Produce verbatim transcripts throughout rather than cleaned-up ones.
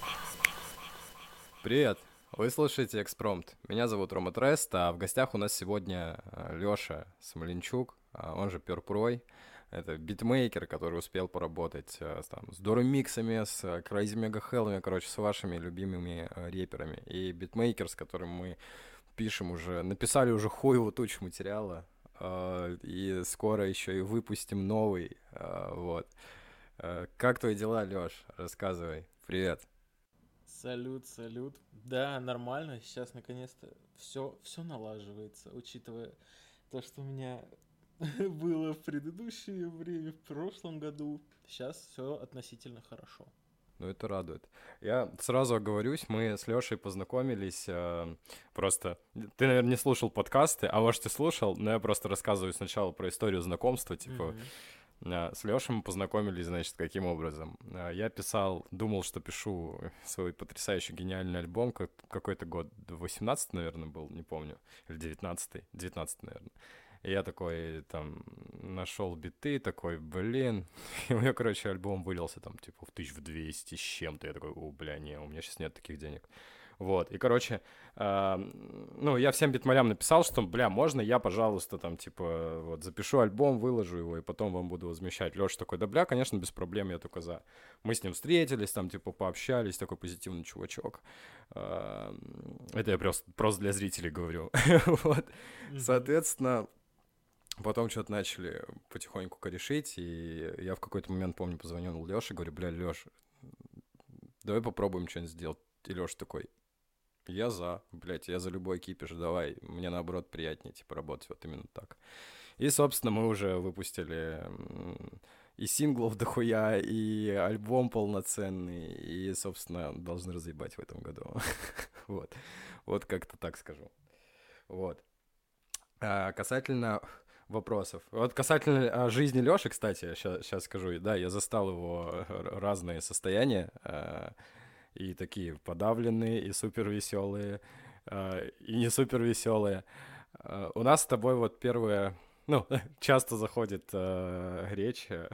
Привет! Вы слушаете «Экспромт». Меня зовут Рома Трест, а в гостях у нас сегодня Лёша Смоленчук, а он же Пёрпрой. Это битмейкер, который успел поработать э, с, там, с Доромиксами, с э, Crazy Mega Hell'ами, короче, с вашими любимыми э, реперами. И битмейкер, с которым мы пишем уже, написали уже хуеву тучу материала, э, и скоро еще и выпустим новый. э, вот. Э, как твои дела, Лёш? Рассказывай. Привет. Салют, салют. Да, нормально. Сейчас наконец-то все, все налаживается, учитывая то, что у меня было в предыдущее время, в прошлом году. Сейчас все относительно хорошо. Ну, это радует. Я сразу оговорюсь, мы с Лешей познакомились э, просто... Ты, наверное, не слушал подкасты, а может, ты слушал, но я просто рассказываю сначала про историю знакомства. Типа, Мгм. э, с Лешей мы познакомились, значит, каким образом? Э, я писал, думал, что пишу свой потрясающий гениальный альбом, как, какой-то год, восемнадцатый, наверное, был, не помню, или девятнадцатый, девятнадцатый, наверное. И я такой, там, нашел биты, такой, блин. И у меня, короче, альбом вылился, там, типа, в тысячу двести с чем-то. Я такой, о, бля, не, у меня сейчас нет таких денег. Вот, и, короче, а, ну, я всем битмарям написал, что, бля, можно я, пожалуйста, там, типа, вот, запишу альбом, выложу его, и потом вам буду возмещать. Леша такой, да, бля, конечно, без проблем, я только за. Мы с ним встретились, там, типа, пообщались, такой позитивный чувачок. А, это я просто, просто для зрителей говорю. Вот, Мгм. соответственно, потом что-то начали потихоньку корешить, и я в какой-то момент, помню, позвонил Лёше, говорю, бля, Лёш, давай попробуем что-нибудь сделать. И Лёша такой, я за, блядь, я за любой кипиш, давай, мне наоборот приятнее, типа, работать вот именно так. И, собственно, мы уже выпустили м, и синглов дохуя, и альбом полноценный, и, собственно, должны разъебать в этом году. Вот, вот как-то так скажу. Вот. А, касательно вопросов. Вот касательно а, жизни Лёши, кстати, сейчас скажу, да, я застал его р- разные состояния, а, и такие подавленные, и супер веселые, и не супер веселые. У нас с тобой вот первое, ну, часто заходит а, речь, э,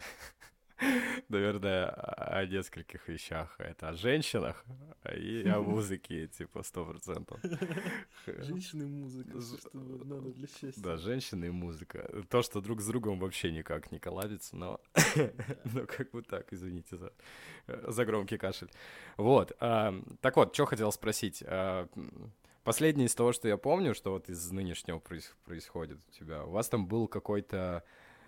наверное, о нескольких вещах. Это о женщинах и о музыке, типа, сто процентов. Женщины и музыка, все, что надо для Да, счастья. женщины и музыка. То, что друг с другом вообще никак не коллабится, но, Да. но как бы так, извините за, за громкий кашель. Вот, а, так вот, что хотел спросить. А, последнее из того, что я помню, что вот из нынешнего проис- происходит у тебя, у вас там был какой-то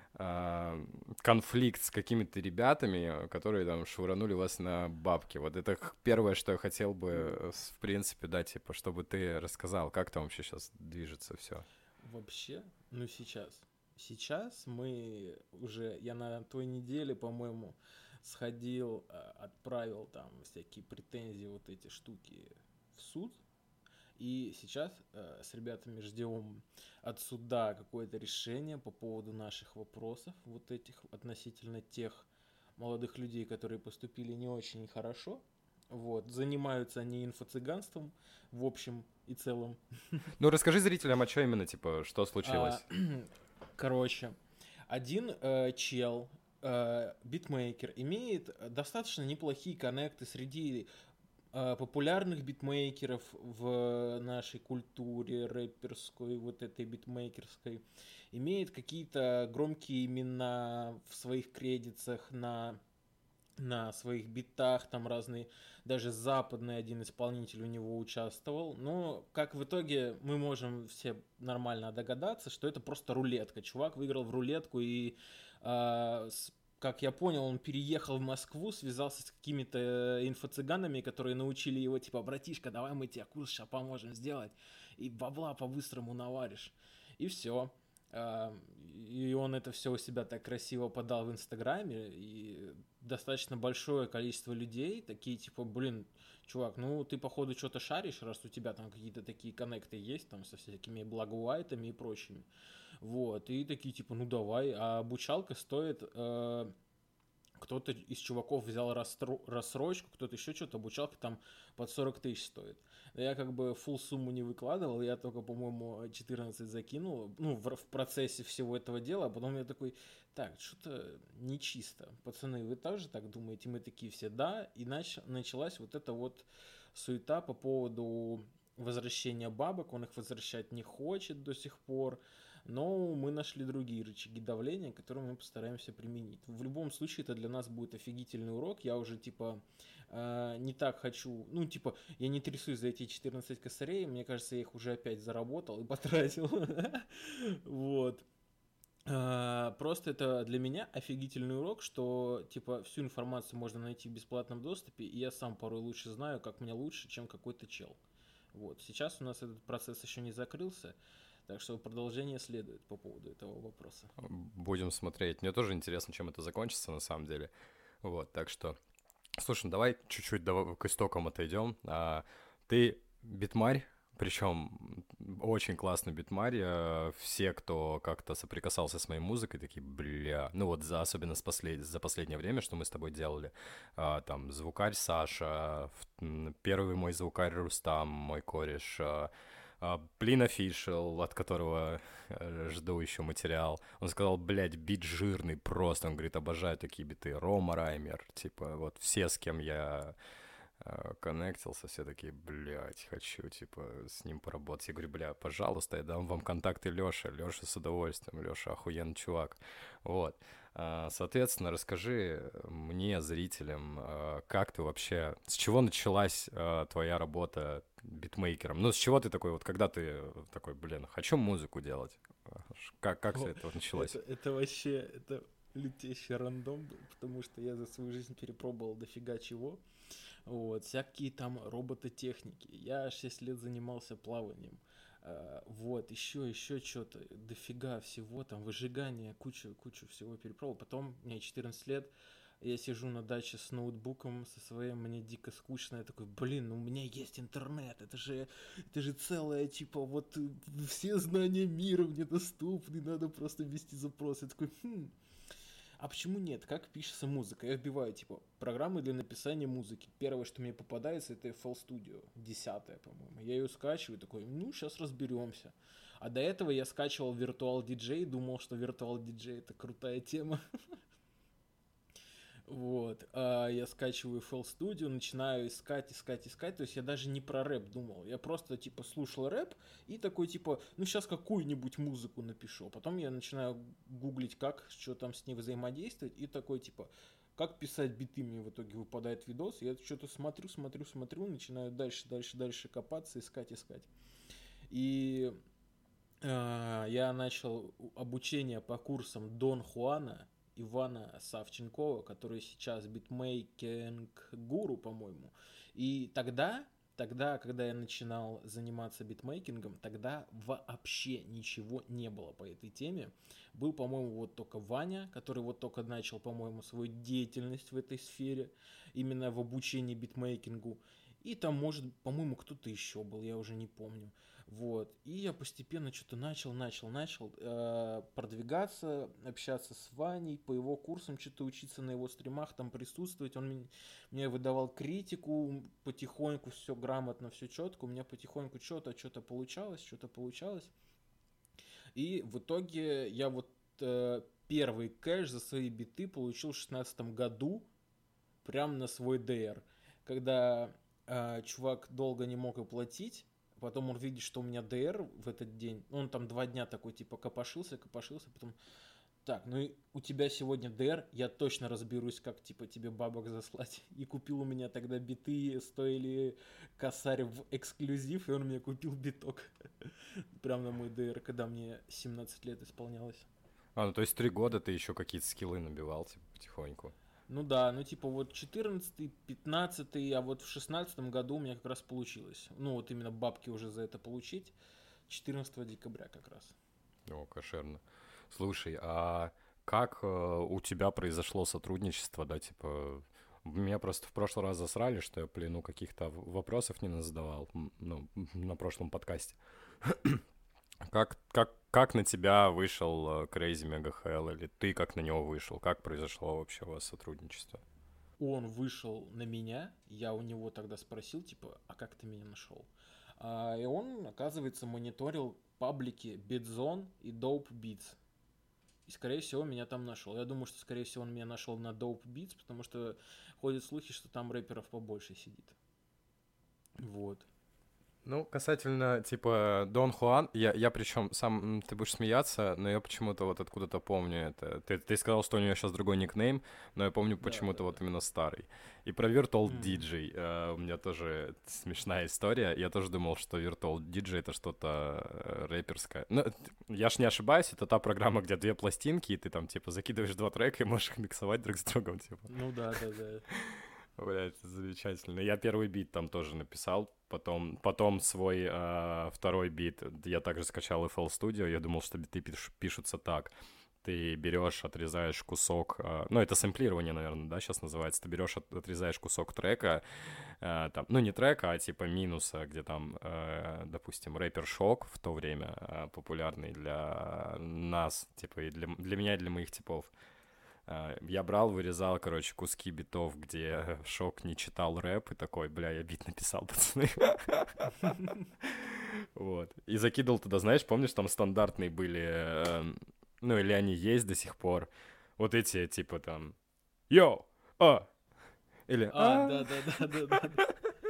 а, конфликт с какими-то ребятами, которые там швырнули вас на бабки. Вот это х- первое, что я хотел бы, Фу. э, с- в принципе, да, типа, чтобы ты рассказал, как там вообще сейчас движется все. Вообще, ну сейчас. Сейчас мы уже, я на той неделе, по-моему, сходил, а, отправил там всякие претензии, вот эти штуки в суд. И сейчас э, с ребятами ждем от суда какое-то решение по поводу наших вопросов, вот этих относительно тех молодых людей, которые поступили не очень хорошо. Вот. Занимаются они инфо-цыганством в общем и целом. Ну, расскажи зрителям, а что именно, типа, что А, случилось? короче, один э, чел, э, битмейкер, имеет достаточно неплохие коннекты среди э, популярных битмейкеров в нашей культуре рэперской, вот этой битмейкерской, имеет какие-то громкие имена в своих кредитах на на своих битах, там разные, даже западный один исполнитель у него участвовал. Но, как в итоге, мы можем все нормально догадаться, что это просто рулетка. Чувак выиграл в рулетку и, э, с- как я понял, он переехал в Москву, связался с какими-то инфо-цыганами, которые научили его, типа, братишка, давай мы тебе курс сейчас поможем сделать, и бабла по-быстрому наваришь. И все. А, И он это все у себя так красиво подал в Инстаграме, и достаточно большое количество людей такие, типа, блин, чувак, ну ты походу что-то шаришь, раз у тебя там какие-то такие коннекты есть, там, со всякими благоуайтами и прочими. Вот, и такие, типа, ну давай, а обучалка стоит э, Кто-то из чуваков взял расстро- рассрочку, кто-то еще что-то, обучалка там под сорок тысяч стоит. Я как бы full сумму не выкладывал, я только, по-моему, четырнадцать закинул, ну, в, в процессе всего этого дела, а потом я такой, так, что-то нечисто. Пацаны, вы тоже так думаете? Мы такие все, да, и нач- началась вот эта вот суета по поводу возвращения бабок, он их возвращать не хочет до сих пор, но мы нашли другие рычаги давления, которые мы постараемся применить. В любом случае, это для нас будет офигительный урок. Я уже, типа, э, не так хочу... Ну, типа, я не трясусь за эти четырнадцать косарей. Мне кажется, я их уже опять заработал и потратил. Вот. Просто это для меня офигительный урок, что, типа, всю информацию можно найти в бесплатном доступе, и я сам порой лучше знаю, как мне лучше, чем какой-то чел. Вот. Сейчас у нас этот процесс еще не закрылся, так что продолжение следует по поводу этого вопроса. Будем смотреть. Мне тоже интересно, чем это закончится на самом деле. Вот, так что... Слушай, ну давай чуть-чуть к истокам отойдем. А, ты битмарь, причем очень классный битмарь. А, все, кто как-то соприкасался с моей музыкой, такие, бля... Ну вот за, особенно с послед... за последнее время, что мы с тобой делали. А, там звукарь Саша, первый мой звукарь Рустам, мой кореш... А, Блин Official, от которого жду еще материал. Он сказал, блядь, бит жирный просто. Он говорит, обожаю такие биты. Рома Раймер, типа, вот все, с кем я э, коннектился, все такие, блядь, хочу, типа, с ним поработать. Я говорю, бля, пожалуйста, я дам вам контакты Лёши. Лёша с удовольствием, Лёша охуенный чувак. Вот. Соответственно, расскажи мне, зрителям, как ты вообще, с чего началась твоя работа битмейкером? Ну, с чего ты такой, вот когда ты такой, блин, хочу музыку делать? Как, как все это началось? Это, это вообще, это лютейший рандом, потому что я за свою жизнь перепробовал дофига чего. Вот, всякие там робототехники. Я шесть лет занимался плаванием. Вот, еще, еще что-то, дофига всего, там, выжигание, кучу, кучу всего перепробовал. Потом, мне четырнадцать лет, я сижу на даче с ноутбуком со своим, мне дико скучно, я такой, блин, ну у меня есть интернет, это же, это же целое, типа, вот, все знания мира мне доступны, надо просто ввести запрос. Я такой, хм, а почему нет? Как пишется музыка? Я вбиваю, типа, программы для написания музыки. Первое, что мне попадается, это эф эл Studio, десятая, по-моему. Я ее скачиваю, такой, ну, сейчас разберемся. А до этого я скачивал Virtual ди джей, думал, что Virtual ди джей это крутая тема. Вот, а я скачиваю эф эл Studio, начинаю искать, искать, искать, то есть я даже не про рэп думал, я просто, типа, слушал рэп и такой, типа, ну, сейчас какую-нибудь музыку напишу, а потом я начинаю гуглить, как, что там с ней взаимодействовать, и такой, типа, как писать биты, мне в итоге выпадает видос, я что-то смотрю, смотрю, смотрю, начинаю дальше, дальше, дальше копаться, искать, искать. И э, я начал обучение по курсам Дон Хуана, Ивана Савченкова, который сейчас битмейкинг гуру, по-моему. И тогда, тогда, когда я начинал заниматься битмейкингом, тогда вообще ничего не было по этой теме. Был, по-моему, вот только Ваня, который вот только начал, по-моему, свою деятельность в этой сфере, именно в обучении битмейкингу. И там, может, по-моему, кто-то еще был, я уже не помню. Вот. И я постепенно что-то начал, начал, начал э, продвигаться, общаться с Ваней, по его курсам что-то учиться на его стримах, там присутствовать. Он мне, мне выдавал критику, потихоньку все грамотно, все четко. У меня потихоньку что-то, что-то получалось, что-то получалось. И в итоге я вот э, первый кэш за свои биты получил в шестнадцатом году, прям на свой ди эр. Когда э, чувак долго не мог оплатить, потом он видит, что у меня ди эр в этот день, он там два дня такой, типа, копошился, копошился, потом, так, ну и у тебя сегодня ди эр, я точно разберусь, как, типа, тебе бабок заслать. И купил у меня тогда биты, стоили косарь в эксклюзив, и он мне купил биток. Прям на мой ди эр, когда мне семнадцать лет исполнялось. А, ну то есть три года ты еще какие-то скиллы набивал, типа, потихоньку. Ну да, ну типа вот четырнадцатый, пятнадцатый, а вот в шестнадцатом году у меня как раз получилось. Ну вот именно бабки уже за это получить. четырнадцатого декабря как раз. О, кошерно. Слушай, а как э, у тебя произошло сотрудничество, да, типа... Меня просто в прошлый раз засрали, что я, блин, ну, каких-то вопросов не задавал, ну, на прошлом подкасте. Как, как, как на тебя вышел э, Crazy Mega Hell, или ты как на него вышел? Как произошло вообще у вас сотрудничество? Он вышел на меня, я у него тогда спросил, типа, а как ты меня нашел? А, и он, оказывается, мониторил паблики Beatzone и Dope Beats. И, скорее всего, меня там нашел. Я думаю, что, скорее всего, он меня нашел на Dope Beats, потому что ходят слухи, что там рэперов побольше сидит. Вот. Ну, касательно, типа, Дон Хуан, я, я причем сам, м, ты будешь смеяться, но я почему-то вот откуда-то помню это. Ты, ты сказал, что у нее сейчас другой никнейм, но я помню Да, да, почему-то да. вот именно старый. И про Virtual Мгм. ди джей э, у меня тоже смешная история. Я тоже думал, что Virtual ди джей это что-то э, рэперское. Ну, т- я ж не ошибаюсь, это та программа, где две пластинки, и ты там, типа, закидываешь два трека и можешь их миксовать друг с другом, типа. Ну да, да, да. Блять, замечательно. Я первый бит там тоже написал, потом, потом свой э, второй бит я также скачал эф эл Studio, я думал, что биты пиш- пишутся так. Ты берешь, отрезаешь кусок, э, ну это сэмплирование, наверное, да, сейчас называется. Ты берешь, от- отрезаешь кусок трека, э, там, ну не трека, а типа минуса, где там, э, допустим, рэпер Шок в то время э, популярный для нас, типа и для, для меня, и для моих типов. А, Я брал, вырезал, короче, куски битов, где Шок не читал рэп, и такой, бля, я бит написал, пацаны. Вот. И закидывал туда, знаешь, помнишь, там стандартные были, эм, ну, или они есть до сих пор, вот эти, типа, там, йоу, а, или А, а. да, да, да, да, да, да.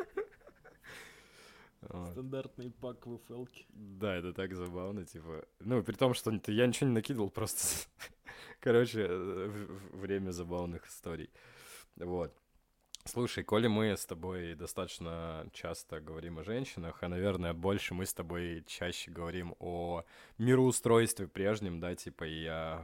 Вот. Стандартные паковые фелки. Да, это так забавно, типа. Ну, при том, что я ничего не накидывал, просто, короче, э, в- в- время забавных историй. Вот. Слушай, коли мы с тобой достаточно часто говорим о женщинах, а, наверное, больше мы с тобой чаще говорим о мироустройстве прежнем, да, типа и о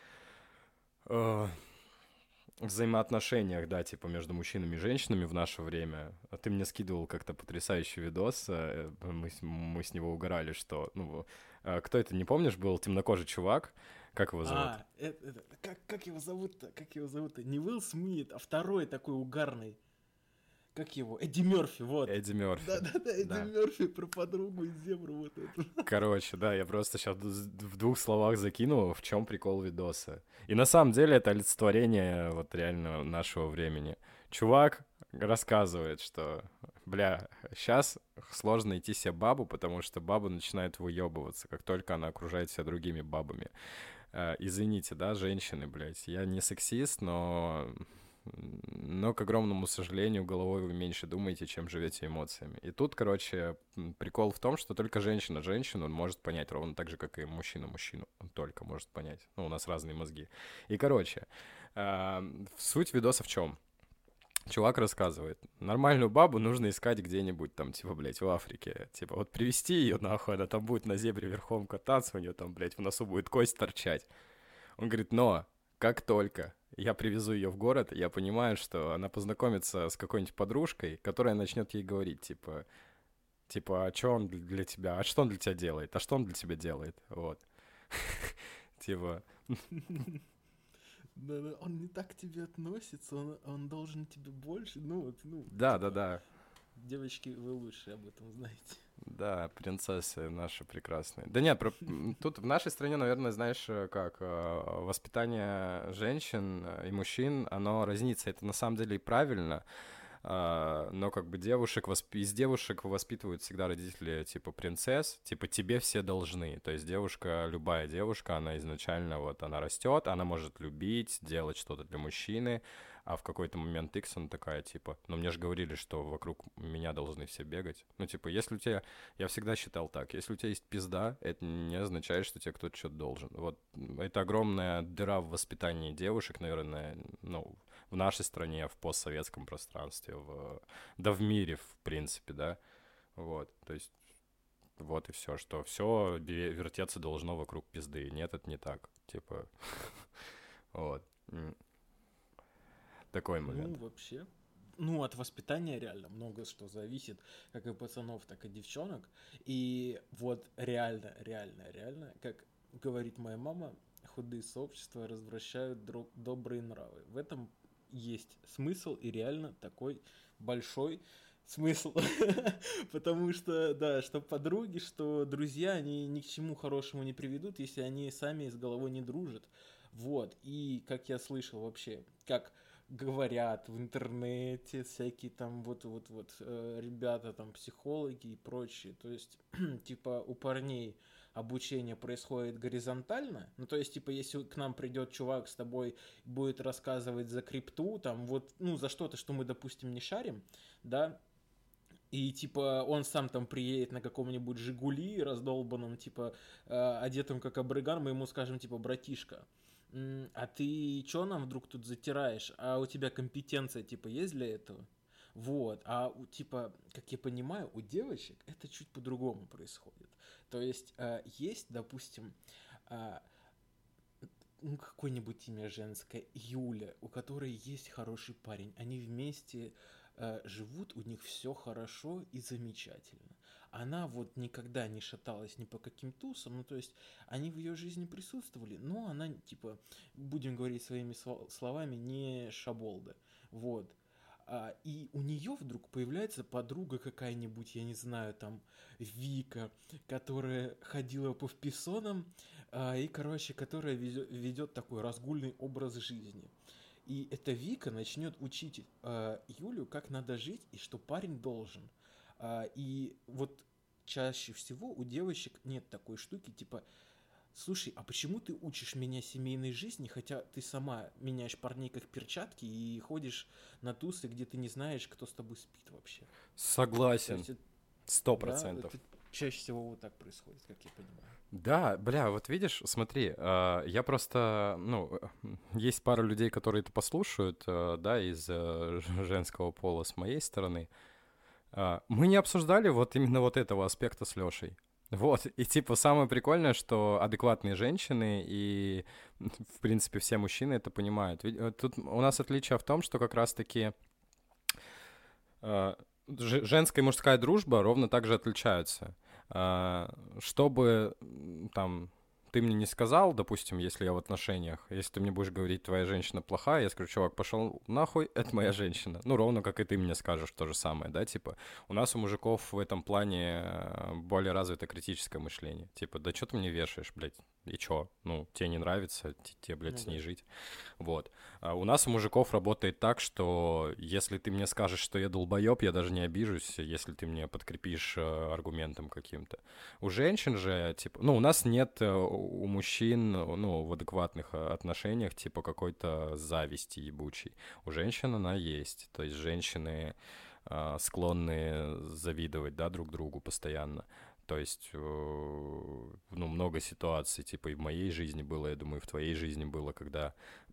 э, взаимоотношениях, да, типа между мужчинами и женщинами в наше время. А ты мне скидывал как-то потрясающий видос, э, мы, с- мы с него угорали, что, ну, э, кто это, не помнишь, был темнокожий чувак, как его зовут? А, это, это- как, как его зовут-то? Как его зовут-то? Не Уилл Смит, а второй такой угарный. Как его? Эдди Мерфи, вот. Эдди Мерфи, Да-да-да, Эдди да. Мерфи про подругу из Зебры вот эту. Короче, да, я просто сейчас в двух словах закинул, в чем прикол видоса. И на самом деле это олицетворение вот реально нашего времени. Чувак рассказывает, что, бля, сейчас сложно найти себе бабу, потому что баба начинает выебываться, как только она окружает себя другими бабами. Э, Извините, да, женщины, блядь, я не сексист, но но, к огромному сожалению, головой вы меньше думаете, чем живете эмоциями. И тут, короче, м, прикол в том, что только женщина женщину может понять ровно так же, как и мужчина мужчину. Он только может понять. Ну, у нас разные мозги. И, короче, а, суть видоса в чем? Чувак рассказывает, нормальную бабу нужно искать где-нибудь там, типа, блядь, в Африке. Типа, вот привезти ее нахуй, она там будет на зебре верхом кататься, у нее там, блядь, в носу будет кость торчать. Он говорит, но как только я привезу ее в город, я понимаю, что она познакомится с какой-нибудь подружкой, которая начнет ей говорить, типа, типа, а что он для тебя, а что он для тебя делает, а что он для тебя делает, вот. Типа, Да-да, он не так к тебе относится, он, он должен тебе больше. Ну вот, ну, да, да, типа, да, девочки, вы лучше об этом знаете. да, принцессы наши прекрасные. Да нет, про- м, тут в нашей стране, наверное, знаешь, э, как э, воспитание женщин э, и мужчин, оно разнится. Это на самом деле и правильно. А, но как бы девушек, восп... из девушек воспитывают всегда родители типа принцесс, типа тебе все должны. То есть девушка, любая девушка, она изначально вот, она растет, она может любить, делать что-то для мужчины, а в какой-то момент Икс она такая, типа, ну мне же говорили, что вокруг меня должны все бегать. Ну типа, если у тебя, я всегда считал так, если у тебя есть пизда, это не означает, что тебе кто-то что-то должен. Вот это огромная дыра в воспитании девушек, наверное, ну, в нашей стране, в постсоветском пространстве, в, да в мире, в принципе, да, вот, то есть вот и все, что все вертеться должно вокруг пизды. Нет, это не так, типа, вот, м, такой Ну, момент. вообще, ну, от воспитания реально много что зависит, как и пацанов, так и девчонок. И вот реально, реально, реально, как говорит моя мама, худые сообщества развращают дро- добрые нравы. В этом есть смысл и реально такой большой. Смысл? Потому что, да, что подруги, что друзья, они ни к чему хорошему не приведут, если они сами с головой не дружат. Вот. И, как я слышал вообще, как говорят в интернете всякие там вот-вот-вот э, ребята, там, психологи и прочие. То есть, типа, у парней обучение происходит горизонтально. Ну, то есть, типа, если к нам придет чувак с тобой, будет рассказывать за крипту, там, вот, ну, за что-то, что мы, допустим, не шарим, да, и, типа, он сам там приедет на каком-нибудь «Жигули» раздолбанном, типа, э, одетым как абрыган, мы ему скажем, типа, братишка, м, а ты чё нам вдруг тут затираешь? А у тебя компетенция, типа, есть для этого? Вот, а у, типа, как я понимаю, у девочек это чуть по-другому происходит. То есть, э, есть, допустим, э, ну, какое-нибудь имя женское, Юля, у которой есть хороший парень. Они вместе э, живут, у них все хорошо и замечательно. Она вот никогда не шаталась ни по каким тусам, ну, то есть они в ее жизни присутствовали, но она, типа, будем говорить своими словами, не шаболда. Вот. А, и у нее вдруг появляется подруга какая-нибудь, я не знаю, там, Вика, которая ходила по вписонам, а, и, короче, которая ведет такой разгульный образ жизни. И эта Вика начнет учить э, Юлю, как надо жить и что парень должен. А, и вот чаще всего у девочек нет такой штуки, типа, слушай, а почему ты учишь меня семейной жизни, хотя ты сама меняешь парней как перчатки и ходишь на тусы, где ты не знаешь, кто с тобой спит вообще? То Согласен. есть, это, Сто да, процентов. это чаще всего вот так происходит, как я понимаю. Да, бля, вот видишь, смотри, э, я просто, ну, э, есть пара людей, которые это послушают, э, да, из э, ж- женского пола с моей стороны. А, мы не обсуждали вот именно вот этого аспекта с Лешей. Вот, и типа самое прикольное, что адекватные женщины и, в принципе, все мужчины это понимают. Ведь, э, тут у нас отличие в том, что как раз-таки э, ж- женская и мужская дружба ровно так же отличаются. А, чтобы м, там ты мне не сказал, допустим, если я в отношениях, если ты мне будешь говорить, твоя женщина плохая, я скажу, чувак, пошел нахуй, это моя женщина. Ну, ровно как и ты мне скажешь то же самое, да, типа, у нас у мужиков в этом плане э, более развито критическое мышление. Типа, да что ты мне вешаешь, блядь, и чё? Ну, тебе не нравится, т- тебе, блядь, Ну с ней да. жить. Вот. А у нас у мужиков работает так, что если ты мне скажешь, что я долбоеб, я даже не обижусь, если ты мне подкрепишь э, аргументом каким-то. У женщин же, типа, ну, у нас нет э, у мужчин, ну, в адекватных э, отношениях, типа, какой-то зависти ебучей. У женщин она есть. То есть женщины э, склонны завидовать, да, друг другу постоянно. То есть, э, ну, много ситуаций, типа, и в моей жизни было, я думаю, и в твоей жизни было, когда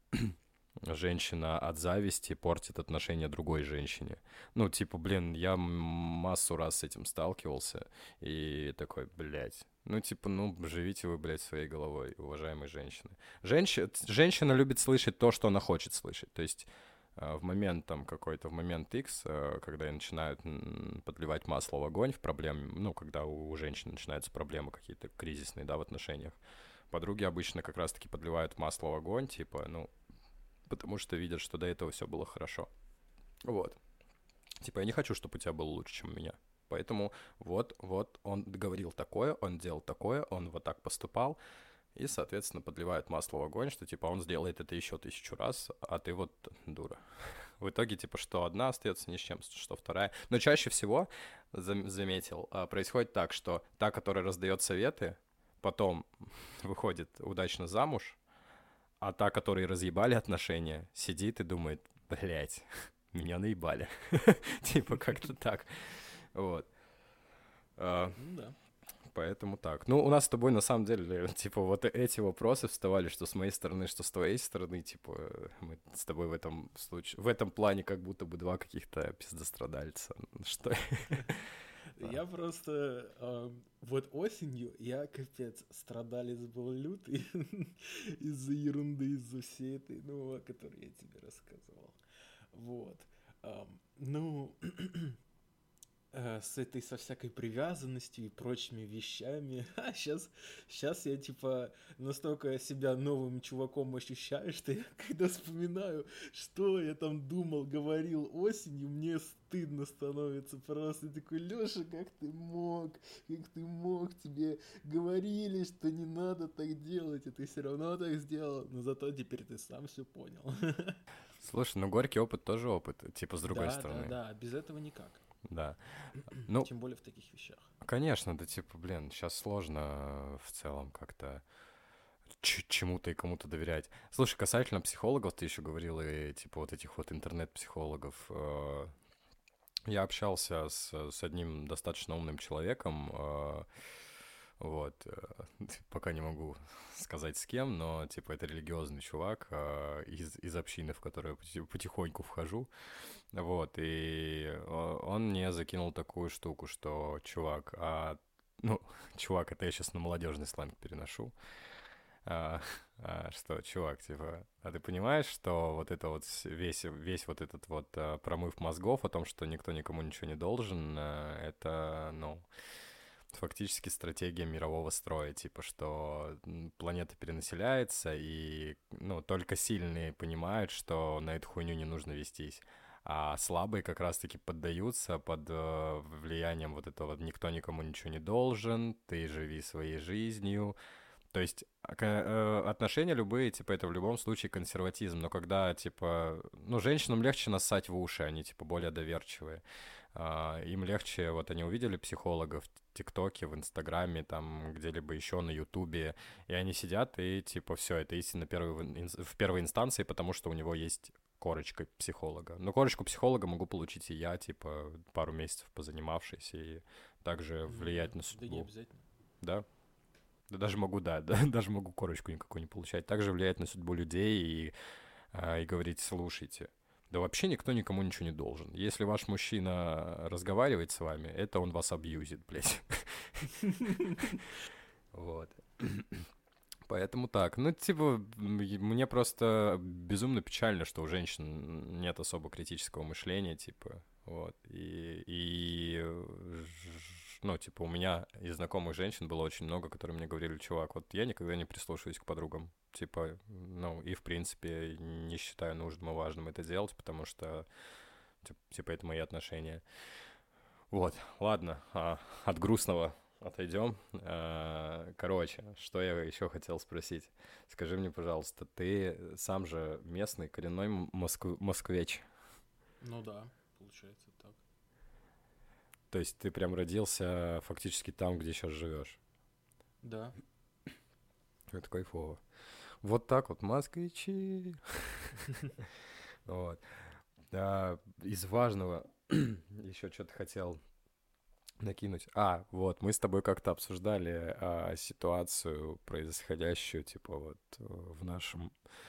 женщина от зависти портит отношения другой женщине. Ну, типа, блин, я м- массу раз с этим сталкивался, и такой, блядь, ну, типа, ну, живите вы, блядь, своей головой, уважаемые женщины. Женщи... Женщина любит слышать то, что она хочет слышать. То есть э, в момент там какой-то, в момент X, э, когда ей начинают м, подливать масло в огонь в проблеме, ну, когда у, у женщин начинаются проблемы какие-то кризисные, да, в отношениях, подруги обычно как раз-таки подливают масло в огонь, типа, ну, потому что видят, что до этого все было хорошо. Вот. Типа, я не хочу, чтобы у тебя было лучше, чем у меня. Поэтому вот, вот, он говорил такое, он делал такое, он вот так поступал, и, соответственно, подливают масло в огонь, что, типа, он сделает это еще тысячу раз, а ты вот дура. В итоге, типа, что одна остается ни с чем, что вторая. Но чаще всего, зам- заметил, а, происходит так, что та, которая раздает советы, потом выходит удачно замуж, а та, которой разъебали отношения, сидит и думает, блядь, меня наебали. Типа как-то так. Вот. А, Ну да. Поэтому так. Ну, у нас с тобой, на самом деле, типа, вот эти вопросы вставали, что с моей стороны, что с твоей стороны. Типа, мы с тобой в этом случае, в этом плане как будто бы два каких-то пиздострадальца. Что? Да. Я просто эм, вот осенью я капец страдалец был лютый из-за ерунды, из-за всей этой, ну, о которой я тебе рассказывал. Вот. Ам, ну, э, с этой, со всякой привязанностью и прочими вещами. А сейчас, сейчас я, типа, настолько себя новым чуваком ощущаю, что я, когда вспоминаю, что я там думал, говорил осенью, мне стыдно становится просто. Такой, Лёша, как ты мог? Как ты мог? Тебе говорили, что не надо так делать, и ты все равно так сделал. Но зато теперь ты сам все понял. Слушай, ну горький опыт тоже опыт, типа с другой Да, да, стороны. да, без этого никак. Да. Ну, Тем более в таких вещах. конечно, да, типа, блин, сейчас сложно в целом как-то ч- чему-то и кому-то доверять. Слушай, касательно психологов, ты еще говорил, и типа вот этих вот интернет-психологов. э, Я общался с, с одним достаточно умным человеком, э, вот, э, пока не могу сказать с кем, но типа это религиозный чувак э, из, из общины, в которую я поти- потихоньку вхожу. Вот, и э, он мне закинул такую штуку, что, чувак, а, ну, чувак, это я сейчас на молодежный сленг переношу, а, а, что, чувак, типа, а ты понимаешь, что вот это вот с- весь, весь вот этот вот а, промыв мозгов о том, что никто никому ничего не должен, а, это, ну, фактически стратегия мирового строя, типа, что м, планета перенаселяется, и, ну, только сильные понимают, что на эту хуйню не нужно вестись. А слабые как раз-таки поддаются под э, влиянием вот этого «никто никому ничего не должен», «ты живи своей жизнью». То есть а, ка- э, отношения любые, типа, это в любом случае консерватизм, но когда, типа, ну, женщинам легче нассать в уши, они, типа, более доверчивые. А, им легче, вот они увидели психолога в ТикТоке, в Инстаграме, там, где-либо еще на Ютубе, и они сидят, и, типа, все, это истина первой, в ин- в первой инстанции, потому что у него есть корочка психолога. Но корочку психолога могу получить и я, типа, пару месяцев позанимавшись, и также Ну да, влиять на да не судьбу. обязательно. Да? Да даже могу, да, да, даже могу корочку никакую не получать. Также влиять на судьбу людей и, а, и говорить, слушайте, да вообще никто никому ничего не должен. Если ваш мужчина разговаривает с вами, это он вас абьюзит, блядь. Вот. Поэтому так. Ну, типа, м, и мне просто безумно печально, что у женщин нет особо критического мышления, типа, вот. И, и э, ж- ну, типа, у меня из знакомых женщин было очень много, которые мне говорили, чувак, вот я никогда не прислушиваюсь к подругам. Типа, ну, и в принципе не считаю нужным и важным это делать, потому что, тип- типа, это мои отношения. Вот, ладно, а, от грустного отойдем. А, Короче, что я еще хотел спросить. Скажи мне, пожалуйста, ты сам же местный, коренной м- москв- москвич. Ну да, получается так. То есть ты прям родился фактически там, где сейчас живешь. Да. Это кайфово. Вот так вот, москвичи. Вот. А, из важного еще что-то хотел накинуть. А, вот, мы с тобой как-то обсуждали а, ситуацию, происходящую, типа, вот э, в нашем,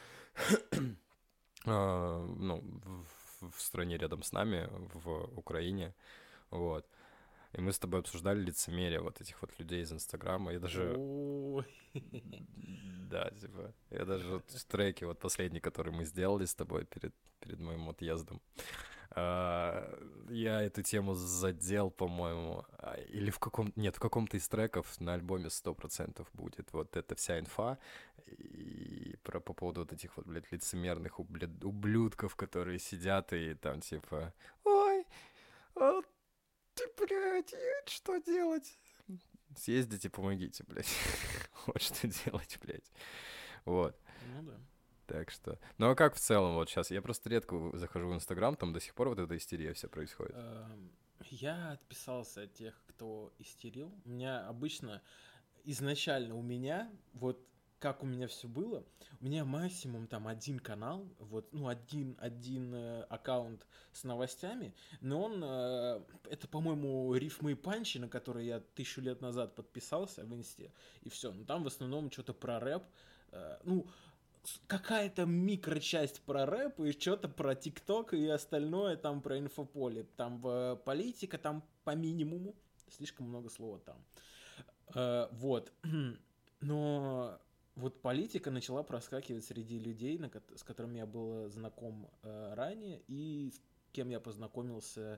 а, ну, в, в стране рядом с нами, в Украине, вот. И мы с тобой обсуждали лицемерие вот этих вот людей из Инстаграма. Я даже, Ой. да, типа, я даже вот в треке вот последний, который мы сделали с тобой перед, перед моим отъездом, А, я эту тему задел, по-моему, а, или в каком... Нет, в каком-то из треков на альбоме сто процентов будет вот эта вся инфа и про по поводу вот этих вот, блядь, лицемерных ублюд- ублюдков, которые сидят и там типа «Ой, а ты, блядь, э, что делать?» Съездите, помогите, блядь. Вот что делать, блядь. Вот. Ну да. Так что... Ну а как в целом вот сейчас? Я просто редко захожу в Инстаграм, там до сих пор вот эта истерия вся происходит. Эм, Я отписался от тех, кто истерил. У меня обычно, изначально у меня, вот как у меня все было, у меня максимум там один канал, вот, ну, один, один э, аккаунт с новостями, но он, э, это, по-моему, рифмы и панчи, на которые я тысячу лет назад подписался в инсте, и все. Ну, там в основном что-то про рэп, э, ну, с- какая-то микрочасть про рэп и что-то про ТикТок и остальное там про инфополе. Там э, политика, там по минимуму. Слишком много слова там. Э, вот. Но вот политика начала проскакивать среди людей, на ко- с которыми я был знаком э, ранее, и с кем я познакомился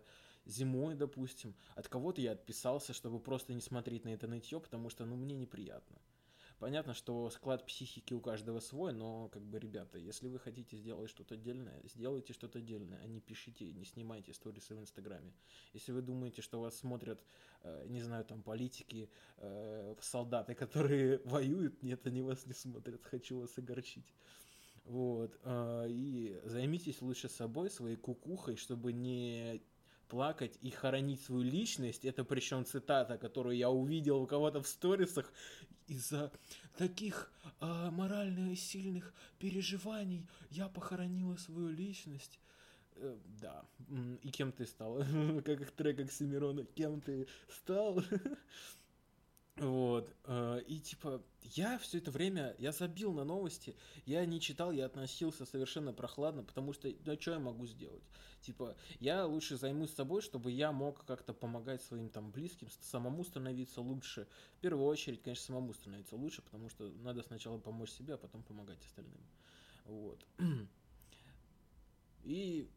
зимой, допустим. От кого-то я отписался, чтобы просто не смотреть на это нытье, потому что, ну, мне неприятно. Понятно, что склад психики у каждого свой, но, как бы, ребята, если вы хотите сделать что-то отдельное, сделайте что-то отдельное, а не пишите, не снимайте сторисы в Инстаграме. Если вы думаете, что вас смотрят, э, не знаю, там, политики, э, солдаты, которые воюют, нет, они вас не смотрят, хочу вас огорчить. Вот. э, И займитесь лучше собой, своей кукухой, чтобы не плакать и хоронить свою личность. Это причем цитата, которую я увидел у кого-то в сторисах. Из-за таких э, морально сильных переживаний я похоронила свою личность. Э, да. М, И кем ты стал? Как трек Оксимирона. Кем ты стал? Вот. э, И типа, я все это время, я забил на новости, я не читал, я относился совершенно прохладно, потому что, ну, что я могу сделать? Типа, я лучше займусь собой, чтобы я мог как-то помогать своим там близким, с- самому становиться лучше. В первую очередь, конечно, самому становиться лучше, потому что надо сначала помочь себе, а потом помогать остальным. Вот. И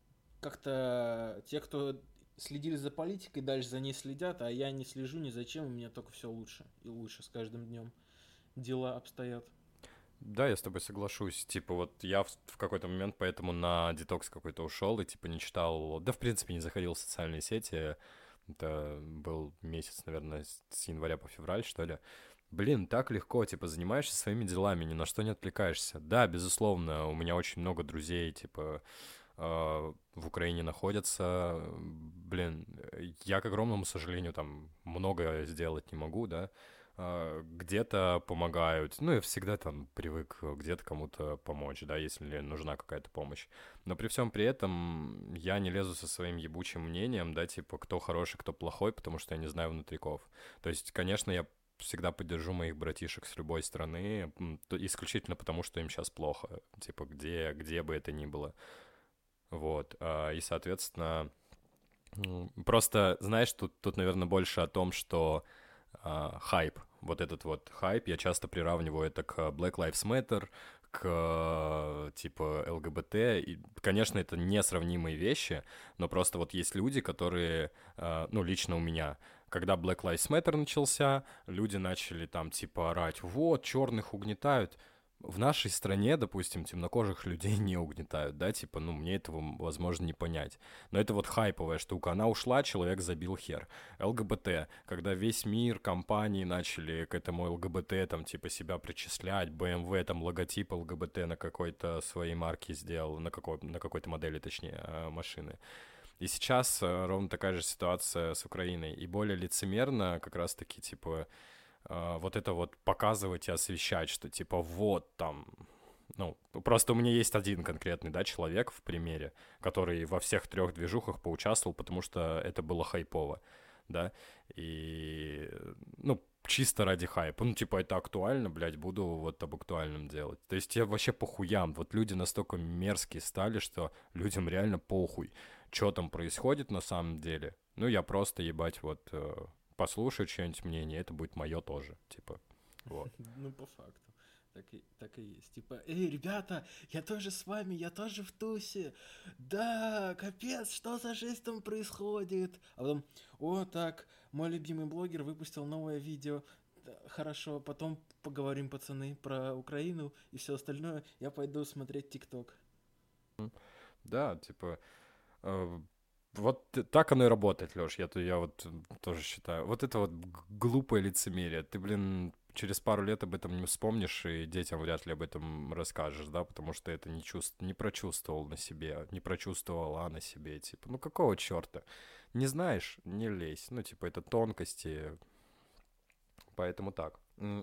как-то те, кто следили за политикой, дальше за ней следят, а я не слежу ни за чем, у меня только все лучше и лучше с каждым днем дела обстоят. Да, я с тобой соглашусь. Типа, вот я в, в какой-то момент поэтому на детокс какой-то ушел и, типа, не читал, да, в принципе, не заходил в социальные сети. Это был месяц, наверное, с с января по февраль, что ли. Блин, так легко, типа, занимаешься своими делами, ни на что не отвлекаешься. Да, безусловно, у меня очень много друзей, типа, э, в Украине находятся. Блин, э, я, к огромному сожалению, там много сделать не могу, да. А, Где-то помогают, ну, я всегда там привык э, где-то кому-то помочь, да, если нужна какая-то помощь. Но при всем при этом я не лезу со своим ебучим мнением, да, типа, кто хороший, кто плохой, потому что я не знаю внутриков. То есть, конечно, я всегда поддержу моих братишек с любой страны, м, то исключительно потому, что им сейчас плохо, типа, где, где бы это ни было. Вот, а, и, соответственно, м, просто, знаешь, тут, тут, наверное, больше о том, что а, хайп, вот этот вот хайп, я часто приравниваю это к Black Lives Matter, к, э, типа, ЛГБТ, и, конечно, это несравнимые вещи, но просто вот есть люди, которые, э, ну, лично у меня, когда Black Lives Matter начался, люди начали там, типа, орать, вот, черных угнетают, в нашей стране, допустим, темнокожих людей не угнетают, да, типа, ну, мне этого, возможно, не понять. Но это вот хайповая штука. Она ушла, человек забил хер. ЛГБТ, когда весь мир, компании начали к этому ЛГБТ, там, типа, себя причислять, бэ эм вэ, там, логотип ЛГБТ на какой-то своей марке сделал, на, какой, на какой-то модели, точнее, э, машины. И сейчас э, ровно такая же ситуация с Украиной. И более лицемерно как раз-таки, типа, э, вот это вот показывать и освещать, что, типа, вот там... Ну, просто у меня есть один конкретный, да, человек в примере, который во всех трех движухах поучаствовал, потому что это было хайпово, да, и, ну, чисто ради хайпа. Ну, типа, это актуально, блядь, буду вот об актуальном делать. То есть я вообще похуям. Вот люди настолько мерзкие стали, что людям реально похуй, что там происходит на самом деле. Ну, я просто, ебать, вот э, послушаю чье-нибудь мнение, это будет мое тоже, типа, вот. Ну, по факту. Так и, так и есть. Типа, эй, ребята, я тоже с вами, я тоже в тусе. Да, капец, что за жесть там происходит? А потом, о, так, мой любимый блогер выпустил новое видео. Да, хорошо, потом поговорим, пацаны, про Украину и все остальное. Я пойду смотреть ТикТок. Да, типа, Э, Вот т- так оно и работает, Лёш. Я, то- я вот м, тоже считаю. Вот это вот г- глупое лицемерие. Ты, блин, через пару лет об этом не вспомнишь, и детям вряд ли об этом расскажешь, да, потому что это не, чувств... не прочувствовал на себе, не прочувствовала на себе, типа, ну какого черта? Не знаешь, не лезь. Ну, типа, это тонкости, поэтому так. М,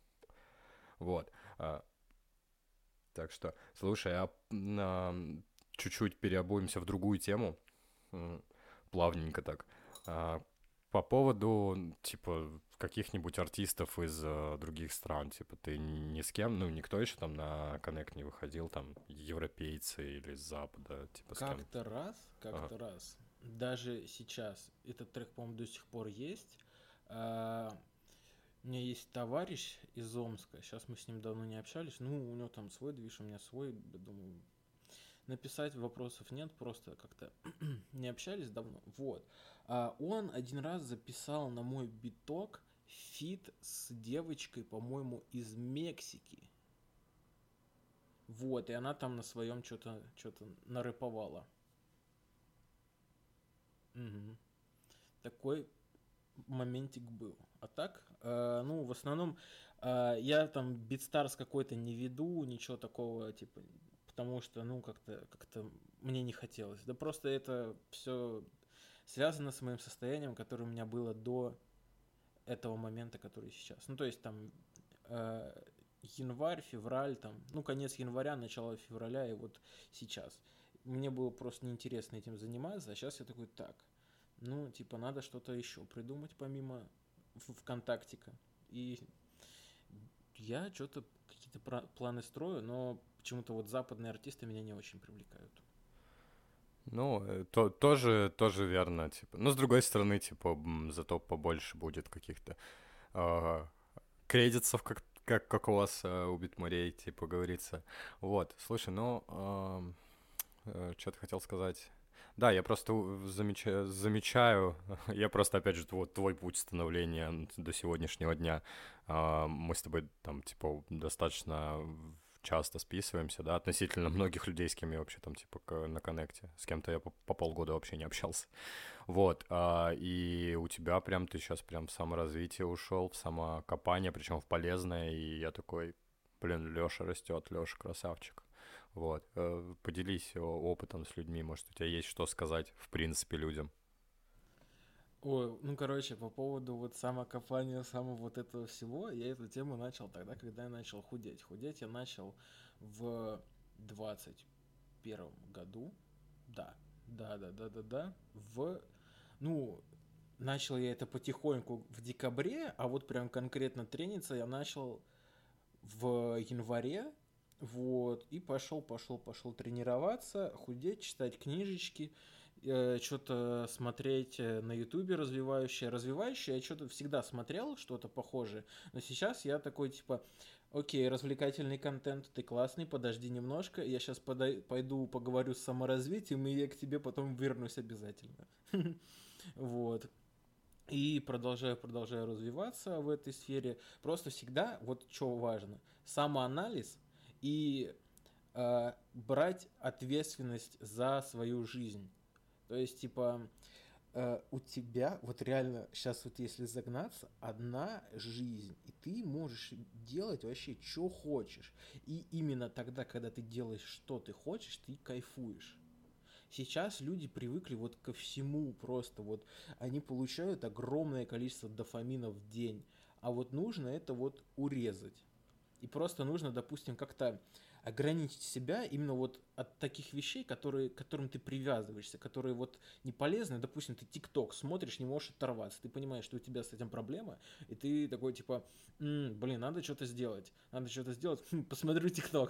Вот. А, Так что, слушай, а м, чуть-чуть переобуемся в другую тему. М, Плавненько так. А, По поводу, н, типа, каких-нибудь артистов из э, других стран, типа, ты ни с кем, ну, никто еще там на коннект не выходил, там, европейцы или с Запада, типа, с кем? Как-то раз, Ага. как-то раз, даже сейчас, этот трек, по-моему, до сих пор есть. а, У меня есть товарищ из Омска. Сейчас мы с ним давно не общались. Ну, у него там свой движ, у меня свой. Я думаю, написать, вопросов нет, просто как-то не общались давно. Вот. А он один раз записал на мой биток фит с девочкой, по-моему, из Мексики. Вот, и она там на своем что-то что-то нарэповала. Угу. Такой моментик был. А так, э, ну, в основном, э, я там Beatstars какой-то не веду, ничего такого, типа, потому что, ну, как-то как-то мне не хотелось. Да просто это все связано с моим состоянием, которое у меня было до этого момента, который сейчас. Ну, то есть там э, январь, февраль, там, ну, конец января, начало февраля, и вот сейчас. Мне было просто неинтересно этим заниматься, а сейчас я такой, так, ну, типа, надо что-то еще придумать помимо ВКонтактика. И я что-то какие-то планы строю, но почему-то вот западные артисты меня не очень привлекают. Ну, э, то, тоже, тоже верно, типа. Но с другой стороны, типа, м, зато побольше будет каких-то э, кредитов, как, как, как у вас э, у Битмарей, типа, говорится. Вот, слушай, ну, э, э, что-то хотел сказать. Да, я просто у- замечаю, замечаю, я просто, опять же, вот твой путь становления до сегодняшнего дня. А, мы с тобой там, типа, достаточно часто списываемся, да, относительно многих людей, с кем я вообще там, типа, к- на коннекте. С кем-то я по, по полгода вообще не общался. Вот, а, и у тебя прям, ты сейчас прям в саморазвитие ушел, в самокопание, причем в полезное, и я такой, блин, Леша растет, Леша красавчик. Вот. Э, Поделись о- опытом с людьми, может, у тебя есть что сказать, в принципе, людям. Ой, ну, короче, по поводу вот самокопания, самого вот этого всего, я эту тему начал тогда, когда я начал худеть. Худеть я начал в двадцать первом году. Да, да, да, да, да, да. В, ну, начал я это потихоньку в декабре, а вот прям конкретно трениться я начал в январе. Вот, и пошел, пошел, пошел тренироваться, худеть, читать книжечки, э, что-то смотреть э, на ютубе развивающее. Развивающее я что-то всегда смотрел, что-то похожее, но сейчас я такой, типа, окей, развлекательный контент, ты классный, подожди немножко, я сейчас подай, пойду поговорю с саморазвитием, и я к тебе потом вернусь обязательно. Вот. И продолжаю, продолжаю развиваться в этой сфере. Просто всегда, вот что важно, самоанализ и э, брать ответственность за свою жизнь. То есть, типа, э, у тебя, вот реально, сейчас вот если загнаться, одна жизнь, и ты можешь делать вообще, что хочешь. И именно тогда, когда ты делаешь, что ты хочешь, ты кайфуешь. Сейчас люди привыкли вот ко всему просто, вот они получают огромное количество дофамина в день, а вот нужно это вот урезать. И просто нужно, допустим, как-то ограничить себя именно вот от таких вещей, которые, к которым ты привязываешься, которые вот не полезны. Допустим, ты ТикТок смотришь, не можешь оторваться. Ты понимаешь, что у тебя с этим проблема, и ты такой типа, м, блин, надо что-то сделать. Надо что-то сделать, хм, посмотрю ТикТок.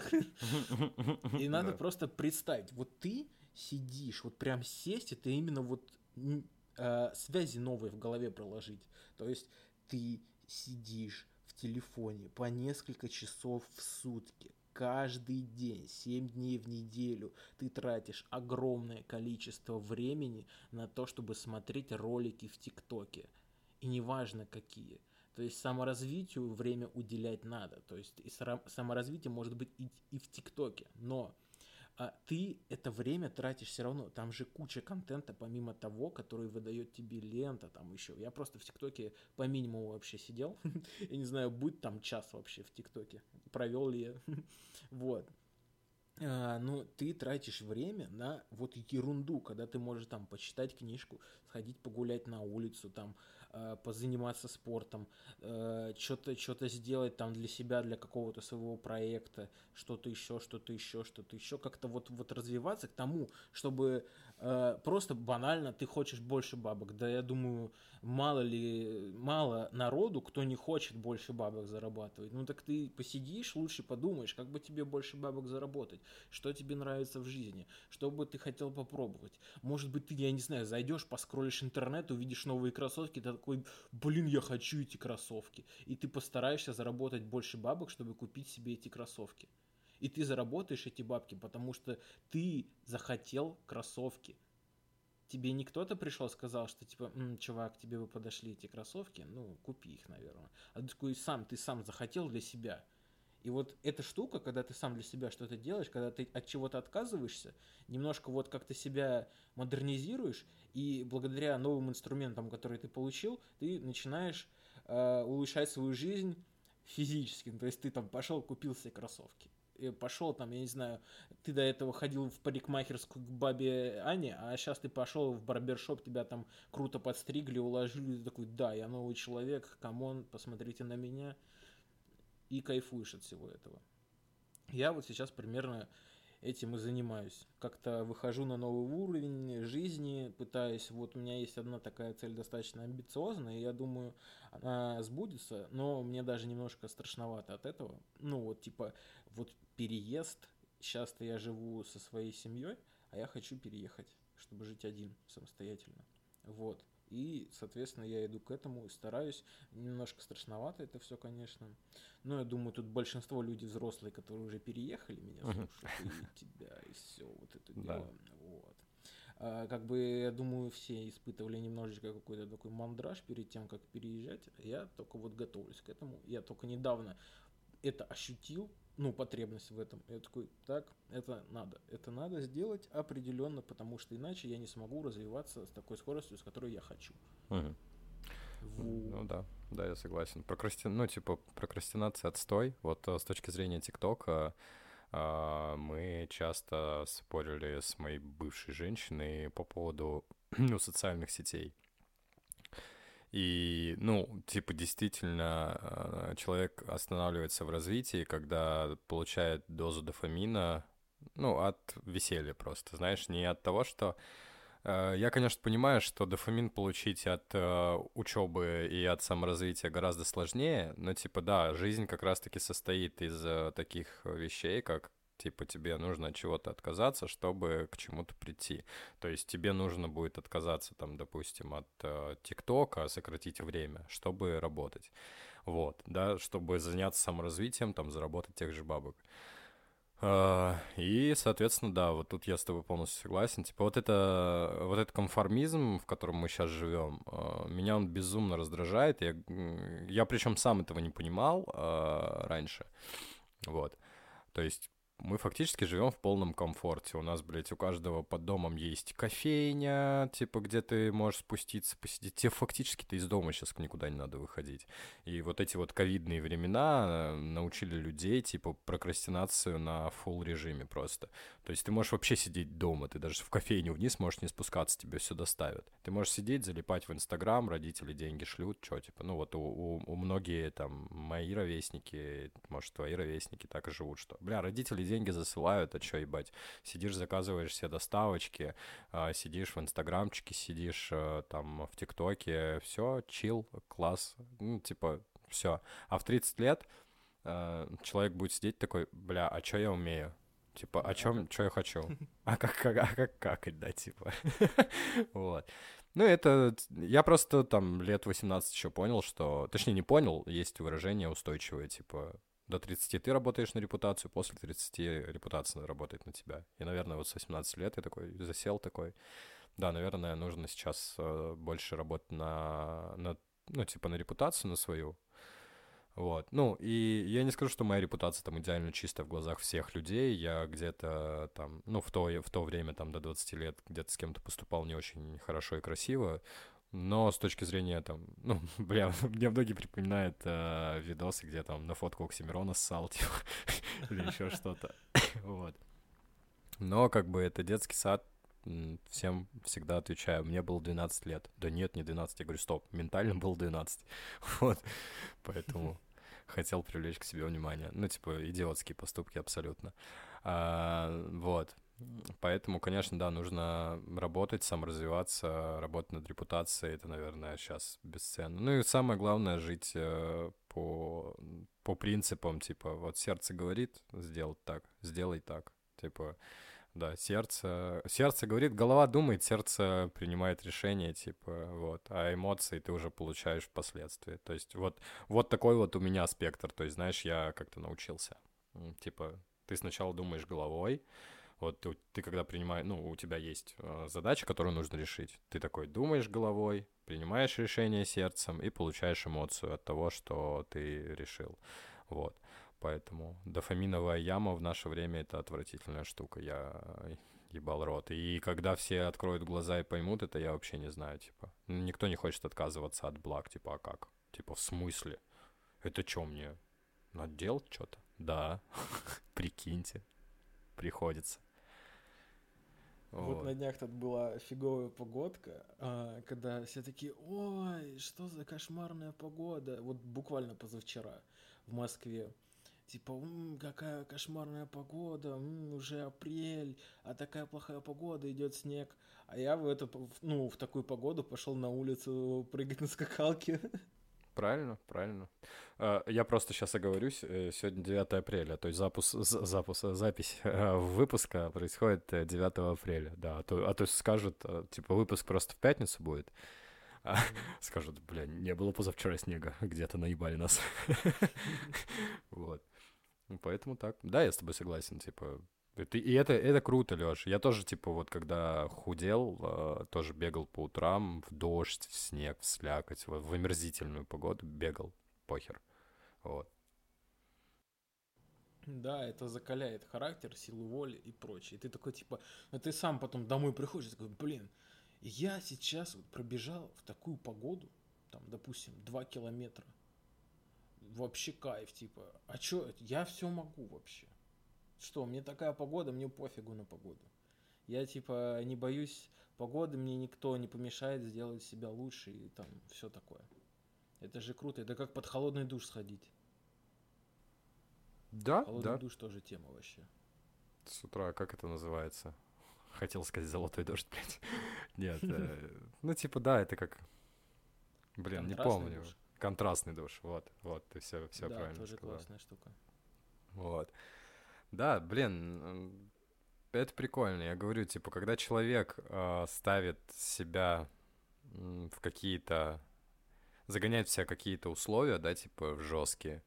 И надо Да. просто представить, вот ты сидишь, вот прям сесть, это именно вот э, связи новые в голове проложить. То есть ты сидишь в телефоне по несколько часов в сутки, каждый день, семь дней в неделю ты тратишь огромное количество времени на то, чтобы смотреть ролики в ТикТоке. И неважно какие. То есть саморазвитию время уделять надо. То есть и саморазвитие может быть и, и в ТикТоке. Но а ты это время тратишь все равно. Там же куча контента, помимо того, который выдает тебе лента, там еще. Я просто в ТикТоке по минимуму вообще сидел. Я не знаю, будет там час вообще в ТикТоке. Провел ли я. Вот. А, ну, ты тратишь время на вот ерунду, когда ты можешь там почитать книжку, сходить погулять на улицу, там, э, позаниматься спортом, э, что-то что-то сделать там для себя, для какого-то своего проекта, что-то еще, что-то еще, что-то еще, как-то вот, вот развиваться к тому, чтобы э, просто банально ты хочешь больше бабок. Да я думаю, мало ли, мало народу, кто не хочет больше бабок зарабатывать. Ну так ты посидишь, лучше подумаешь, как бы тебе больше бабок заработать, что тебе нравится в жизни, что бы ты хотел попробовать. Может быть, ты, я не знаю, зайдешь, поскролишь интернет, увидишь новые кроссовки, ты такой, блин, я хочу эти кроссовки. И ты постараешься заработать больше бабок, чтобы купить себе эти кроссовки. И ты заработаешь эти бабки, потому что ты захотел кроссовки. Тебе не кто-то пришел, сказал, что типа, М, чувак, тебе бы подошли эти кроссовки, ну, купи их, наверное. А ты такой сам, ты сам захотел для себя. И вот эта штука, когда ты сам для себя что-то делаешь, когда ты от чего-то отказываешься, немножко вот как ты себя модернизируешь, и благодаря новым инструментам, которые ты получил, ты начинаешь э, улучшать свою жизнь физически. Ну, то есть ты там пошел, купил себе кроссовки. И пошел там, я не знаю, ты до этого ходил в парикмахерскую к бабе Ане, а сейчас ты пошел в барбершоп, тебя там круто подстригли, уложили, и ты такой, да, я новый человек, камон, посмотрите на меня, и кайфуешь от всего этого. Я вот сейчас примерно этим и занимаюсь. Как-то выхожу на новый уровень жизни, пытаюсь, вот у меня есть одна такая цель достаточно амбициозная, и я думаю, она сбудется, но мне даже немножко страшновато от этого. Ну вот типа, вот переезд, сейчас-то я живу со своей семьей, а я хочу переехать, чтобы жить один самостоятельно. Вот. И, соответственно, я иду к этому и стараюсь. Немножко страшновато это все, конечно. Но я думаю, тут большинство людей взрослые, которые уже переехали, меня слушают, и тебя, и все, вот это дело. Вот. А, как бы, я думаю, все испытывали немножечко какой-то такой мандраж перед тем, как переезжать. Я только вот готовлюсь к этому. Я только недавно это ощутил, ну, потребность в этом. Я такой, так, это надо. Это надо сделать определенно, потому что иначе я не смогу развиваться с такой скоростью, с которой я хочу. Угу. Ну да, да, я согласен. Прокрасти... Ну, типа, прокрастинация отстой. Вот с точки зрения ТикТока мы часто спорили с моей бывшей женщиной по поводу, ну, социальных сетей. И, ну, типа, действительно, человек останавливается в развитии, когда получает дозу дофамина, ну, от веселья просто, знаешь, не от того, что... Я, конечно, понимаю, что дофамин получить от э, учебы и от саморазвития гораздо сложнее, но, типа, да, жизнь как раз-таки состоит из э, таких вещей, как, типа, тебе нужно от чего-то отказаться, чтобы к чему-то прийти. То есть тебе нужно будет отказаться, там, допустим, от э, ТикТока, сократить время, чтобы работать. Вот, да, чтобы заняться саморазвитием, там, заработать тех же бабок. Uh, и, соответственно, да, вот тут я с тобой полностью согласен. Типа вот это, вот этот конформизм, в котором мы сейчас живем, uh, меня он безумно раздражает. Я, я причем сам этого не понимал uh, раньше. Вот. То есть мы фактически живем в полном комфорте. У нас, блядь, у каждого под домом есть кофейня, типа, где ты можешь спуститься, посидеть. Тебе фактически-то из дома сейчас никуда не надо выходить. И вот эти вот ковидные времена научили людей, типа, прокрастинацию на фулл режиме просто. То есть ты можешь вообще сидеть дома, ты даже в кофейню вниз можешь не спускаться, тебе все доставят. Ты можешь сидеть, залипать в Инстаграм, родители деньги шлют, что, типа, ну вот у, у, у многие там мои ровесники, может, твои ровесники так и живут, что, бля, родители деньги засылают, а чё, ебать, сидишь, заказываешь себе доставочки, э, сидишь в инстаграмчике, сидишь э, там в ТикТоке, все, чил, класс, ну, типа, все. А в тридцать лет э, человек будет сидеть такой, бля, а чё я умею? Типа, о чем, что я хочу? А как, как, а как какать, да, типа. Вот. Ну, это... Я просто там лет восемнадцать еще понял, что... Точнее, не понял, есть выражение устойчивое, типа... До тридцати ты работаешь на репутацию, после тридцати репутация работает на тебя. И, наверное, вот с восемнадцати лет я такой засел такой. Да, наверное, нужно сейчас э, больше работать на, на, ну, типа, на репутацию, на свою. Вот. Ну, и я не скажу, что моя репутация там идеально чистая в глазах всех людей. Я где-то там, ну, в то, в то время, там, до двадцати лет где-то с кем-то поступал не очень хорошо и красиво. Но с точки зрения, там, ну, бля, мне многие припоминают э, видосы, где там на фотку Оксимирона ссал, типа, или еще что-то. Вот. Но, как бы, это детский сад, всем всегда отвечаю, мне было двенадцать лет. Да нет, не двенадцать, я говорю, стоп, ментально было двенадцать. Вот, поэтому хотел привлечь к себе внимание. Ну, типа, идиотские поступки абсолютно. А, вот. Поэтому, конечно, да, нужно работать, саморазвиваться, работать над репутацией. Это, наверное, сейчас бесценно. Ну и самое главное — жить э, по, по принципам, типа, вот сердце говорит, сделай так, сделай так. Типа, да, сердце, сердце говорит, голова думает, сердце принимает решение, типа, вот, а эмоции ты уже получаешь впоследствии. То есть вот, вот такой вот у меня спектр, то есть, знаешь, я как-то научился, типа, Ты сначала думаешь головой, вот ты, ты когда принимаешь, ну, у тебя есть э, задача, которую нужно решить. Ты такой думаешь головой, принимаешь решение сердцем и получаешь эмоцию от того, что ты решил. Вот. Поэтому дофаминовая яма в наше время — это отвратительная штука. Я ебал рот. И когда все откроют глаза и поймут это, я вообще не знаю, типа. Никто не хочет отказываться от благ, типа, а как? Типа, в смысле? Это что мне? Надо делать что-то? Да. Прикиньте. Приходится. Вот Вот. на днях тут была фиговая погодка, а, когда все такие, ой, что за кошмарная погода. Вот буквально позавчера в Москве. Типа, «М, какая кошмарная погода, м, уже апрель, а такая плохая погода, идет снег». А я в эту, п- в- ну, в такую погоду пошел на улицу прыгать на скакалке. Правильно, правильно. Э, Я просто сейчас оговорюсь. э, Сегодня девятое апреля, то есть запуск, з- запуск, э, запись э, выпуска происходит э, девятого апреля, да. А то, а то скажут, э, типа, выпуск просто в пятницу будет, а Мгм. скажут, бля, не было позавчера снега, где-то наебали нас. Вот. Ну, поэтому так. Да, я с тобой согласен, типа. Это- и это, это круто, Лёш. Я тоже, типа, вот когда худел, э, тоже бегал по утрам в дождь, в снег, в слякоть, в, в омерзительную погоду бегал, похер. Вот. Да, это закаляет характер, силу воли и прочее. И ты такой, типа, а ты сам потом домой приходишь, такой, блин, я сейчас вот пробежал в такую погоду, там, допустим, два километра. Вообще кайф, типа, а чё, я все могу вообще. Что, мне такая погода, мне пофигу на погоду. Я, типа, не боюсь погоды, мне никто не помешает сделать себя лучше и там все такое. Это же круто, это как под холодный душ сходить. Да, Холодный да. душ тоже тема вообще. С утра, как это называется? Хотел сказать золотой дождь, блядь. Нет, э, ну, типа, да, это как, блин, не Контрастный помню. душ. Контрастный душ, вот, вот, ты все, все Да, правильно тоже сказал. классная штука. Вот. Да, блин, м, это прикольно. Я говорю, типа, когда человек а, ставит себя м, в какие-то, загоняет в себя какие-то условия, да, типа, жесткие,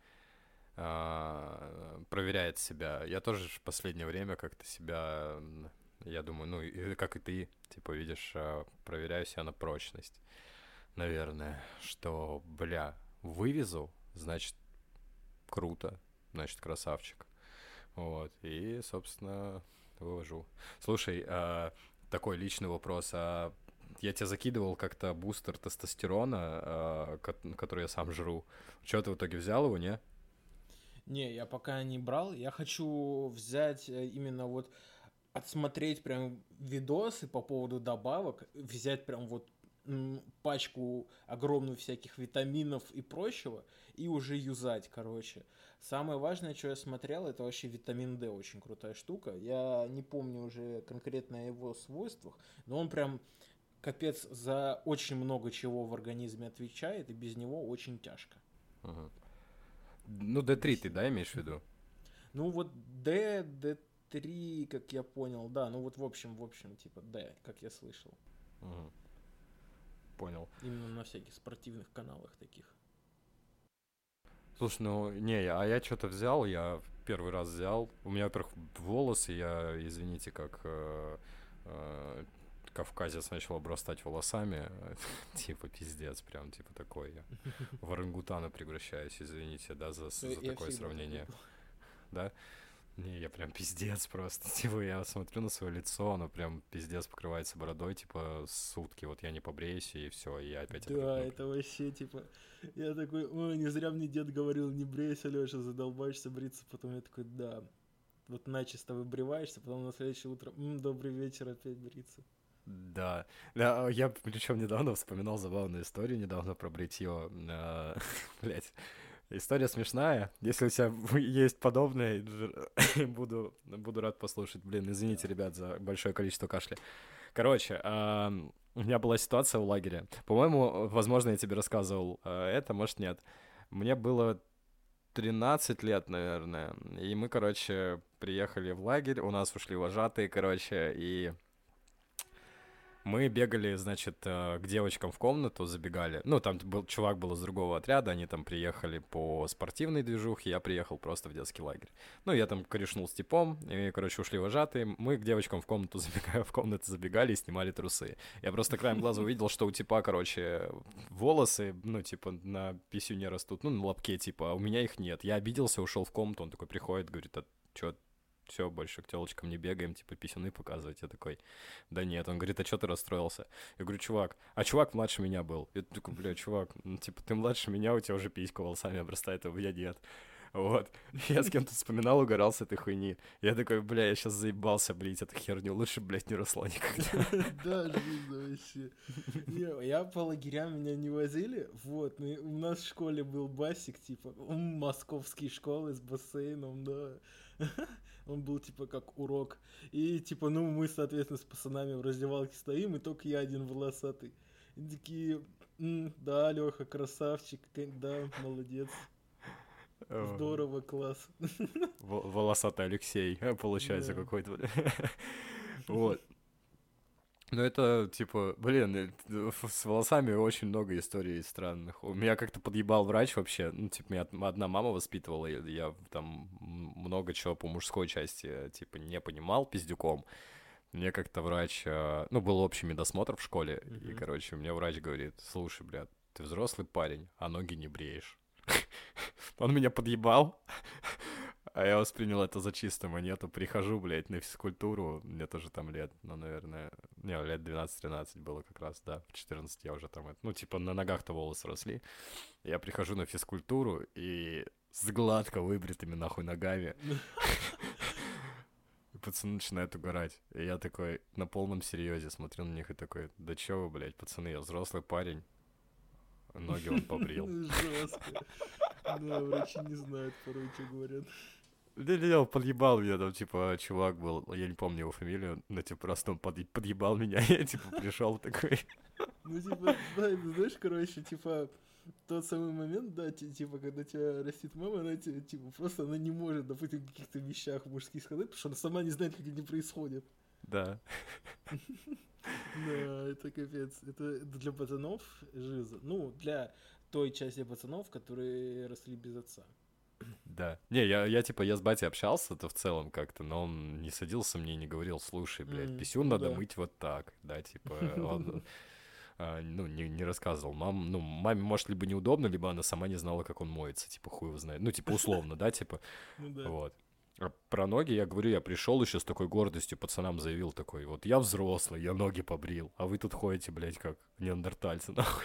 а, проверяет себя. Я тоже в последнее время как-то себя, м, я думаю, ну, и как и ты, типа, видишь, а, проверяю себя на прочность, наверное, что, бля, вывезу, значит, круто, значит, красавчик. Вот, и, собственно, вывожу. Слушай, а, такой личный вопрос. А я тебе закидывал как-то бустер тестостерона, а, ко- который я сам жру. Что ты в итоге взял его, не? Не, я пока не брал. Я хочу взять э, именно вот отсмотреть прям видосы по поводу добавок, взять прям вот м, пачку огромную всяких витаминов и прочего и уже юзать, короче. Самое важное, что я смотрел, это вообще витамин D, очень крутая штука. Я не помню уже конкретно о его свойствах, но он прям капец за очень много чего в организме отвечает, и без него очень тяжко. Мгм. Ну, д три ты, Объяснить. да, имеешь в виду? Ну вот D, д три, как я понял, да, ну вот в общем, в общем, типа D, как я слышал. Мгм. Понял. Именно на всяких спортивных каналах таких. Слушай, ну, не, а я что-то взял, я первый раз взял. У меня, во-первых, волосы, я, извините, как э, э, кавказец начал обрастать волосами. Типа, пиздец, прям, типа, такой я. В орангутана превращаюсь, извините, да, за, Ну, за я такое всегда такой сравнение, был. да? Не, я прям пиздец просто. Типа, я смотрю на свое лицо, оно прям пиздец покрывается бородой, типа, сутки. Вот я не побреюсь, и все, и я опять Да, обрюхну. это вообще, типа, я такой, ой, не зря мне дед говорил, не брейся, Леша, задолбаешься бриться. Потом я такой, да, вот начисто выбриваешься, потом на следующее утро, «М, добрый вечер, опять бриться». Да. Да, я причем недавно вспоминал забавную историю недавно про бритье. Блять. История смешная. Если у тебя есть подобное, буду, буду рад послушать. Блин, извините, Так. ребят, за большое количество кашля. Короче, ам, у меня была ситуация в лагере. По-моему, возможно, я тебе рассказывал а, это, может, нет. Мне было тринадцать лет, наверное. И мы, короче, приехали в лагерь. У нас ушли вожатые, короче, и Мы бегали, значит, э, к девочкам в комнату, забегали. Ну, там был чувак был из другого отряда, они там приехали по спортивной движухе, я приехал просто в детский лагерь. Ну, я там корешнул с типом, и, короче, ушли вожатые. Мы к девочкам в комнату забегали, в комнату забегали и снимали трусы. Я просто краем глаза увидел, что у типа, короче, волосы, ну, типа, на писюне растут, ну, на лобке, типа, а у меня их нет. Я обиделся, ушел в комнату, он такой приходит, говорит, а чё, все, больше к телочкам не бегаем, типа, писюны показывать. Я такой, да нет. Он говорит, а что ты расстроился? Я говорю, чувак, а чувак младше меня был. Я такой, бля, чувак, ну, типа, ты младше меня, у тебя уже писька волосами обрастает, а у меня нет. Вот. Я с кем-то вспоминал, угорал с этой хуйни. Я такой, бля, я сейчас заебался блить эту херню. Лучше, блядь, не росло никогда. Да, жизнь вообще. Не, я по лагерям меня не возили, вот, но у нас в школе был басик, типа, м, московские школы с бассейном, да. Он был, типа, как урок. И, типа, ну, мы, соответственно, с пацанами в раздевалке стоим, и только я один волосатый. И такие, «М, да, Леха, красавчик, к- да, молодец, здорово, класс». В- Волосатый Алексей, э, получается, Да. какой-то. Вот. Ну, это, типа, блин, э, ф- с волосами очень много историй странных. У меня как-то подъебал врач вообще. Ну, типа, меня от- одна мама воспитывала, и я там м- много чего по мужской части, э, типа, не понимал пиздюком. Мне как-то врач... э, Ну, был общий медосмотр в школе, и, Мгм. короче, мне врач говорит, слушай, блядь, ты взрослый парень, а ноги не бреешь. Он меня подъебал, а я воспринял это за чистую монету. Прихожу, блядь, на физкультуру. Мне тоже там лет, ну, наверное... Не, лет двенадцать-тринадцать было как раз, да. В четырнадцать я уже там... это- Ну, типа, на ногах-то волосы росли. Я прихожу на физкультуру и с гладко выбритыми нахуй ногами. И пацаны начинают угорать. И я такой на полном серьезе смотрю на них и такой, да чё вы, блядь, пацаны, я взрослый парень. Ноги он побрил. Жестко. Да, врачи не знают порой, что говорят. Не-не-не, он подъебал меня, там, типа, чувак был, я не помню его фамилию, но, типа, просто он подъ- подъебал меня, я, типа, пришел такой, Ну, типа, да, ты знаешь, короче, типа, тот самый момент, да, ти- типа, когда тебя растит мама, она тебе, типа, просто она не может, допустим, в каких-то вещах мужских сказать, потому что она сама не знает, как они происходят. да, Да, это капец. Это для пацанов жиза. Ну, для той части пацанов, которые росли без отца. да. Не, я, я, типа, я с батей общался-то в целом как-то, но он не садился мне и не говорил, слушай, блядь, М, писюн ну надо да. мыть вот так, да, типа, он, а, ну, не, не рассказывал. Мам, ну, маме, может, либо неудобно, либо она сама не знала, как он моется, типа, хуй его знает. Ну, типа, условно, да, типа, Ну да. вот. А про ноги я говорю, я пришел еще с такой гордостью, пацанам заявил такой, вот я взрослый, я ноги побрил, а вы тут ходите, блядь, как неандертальцы, нахуй.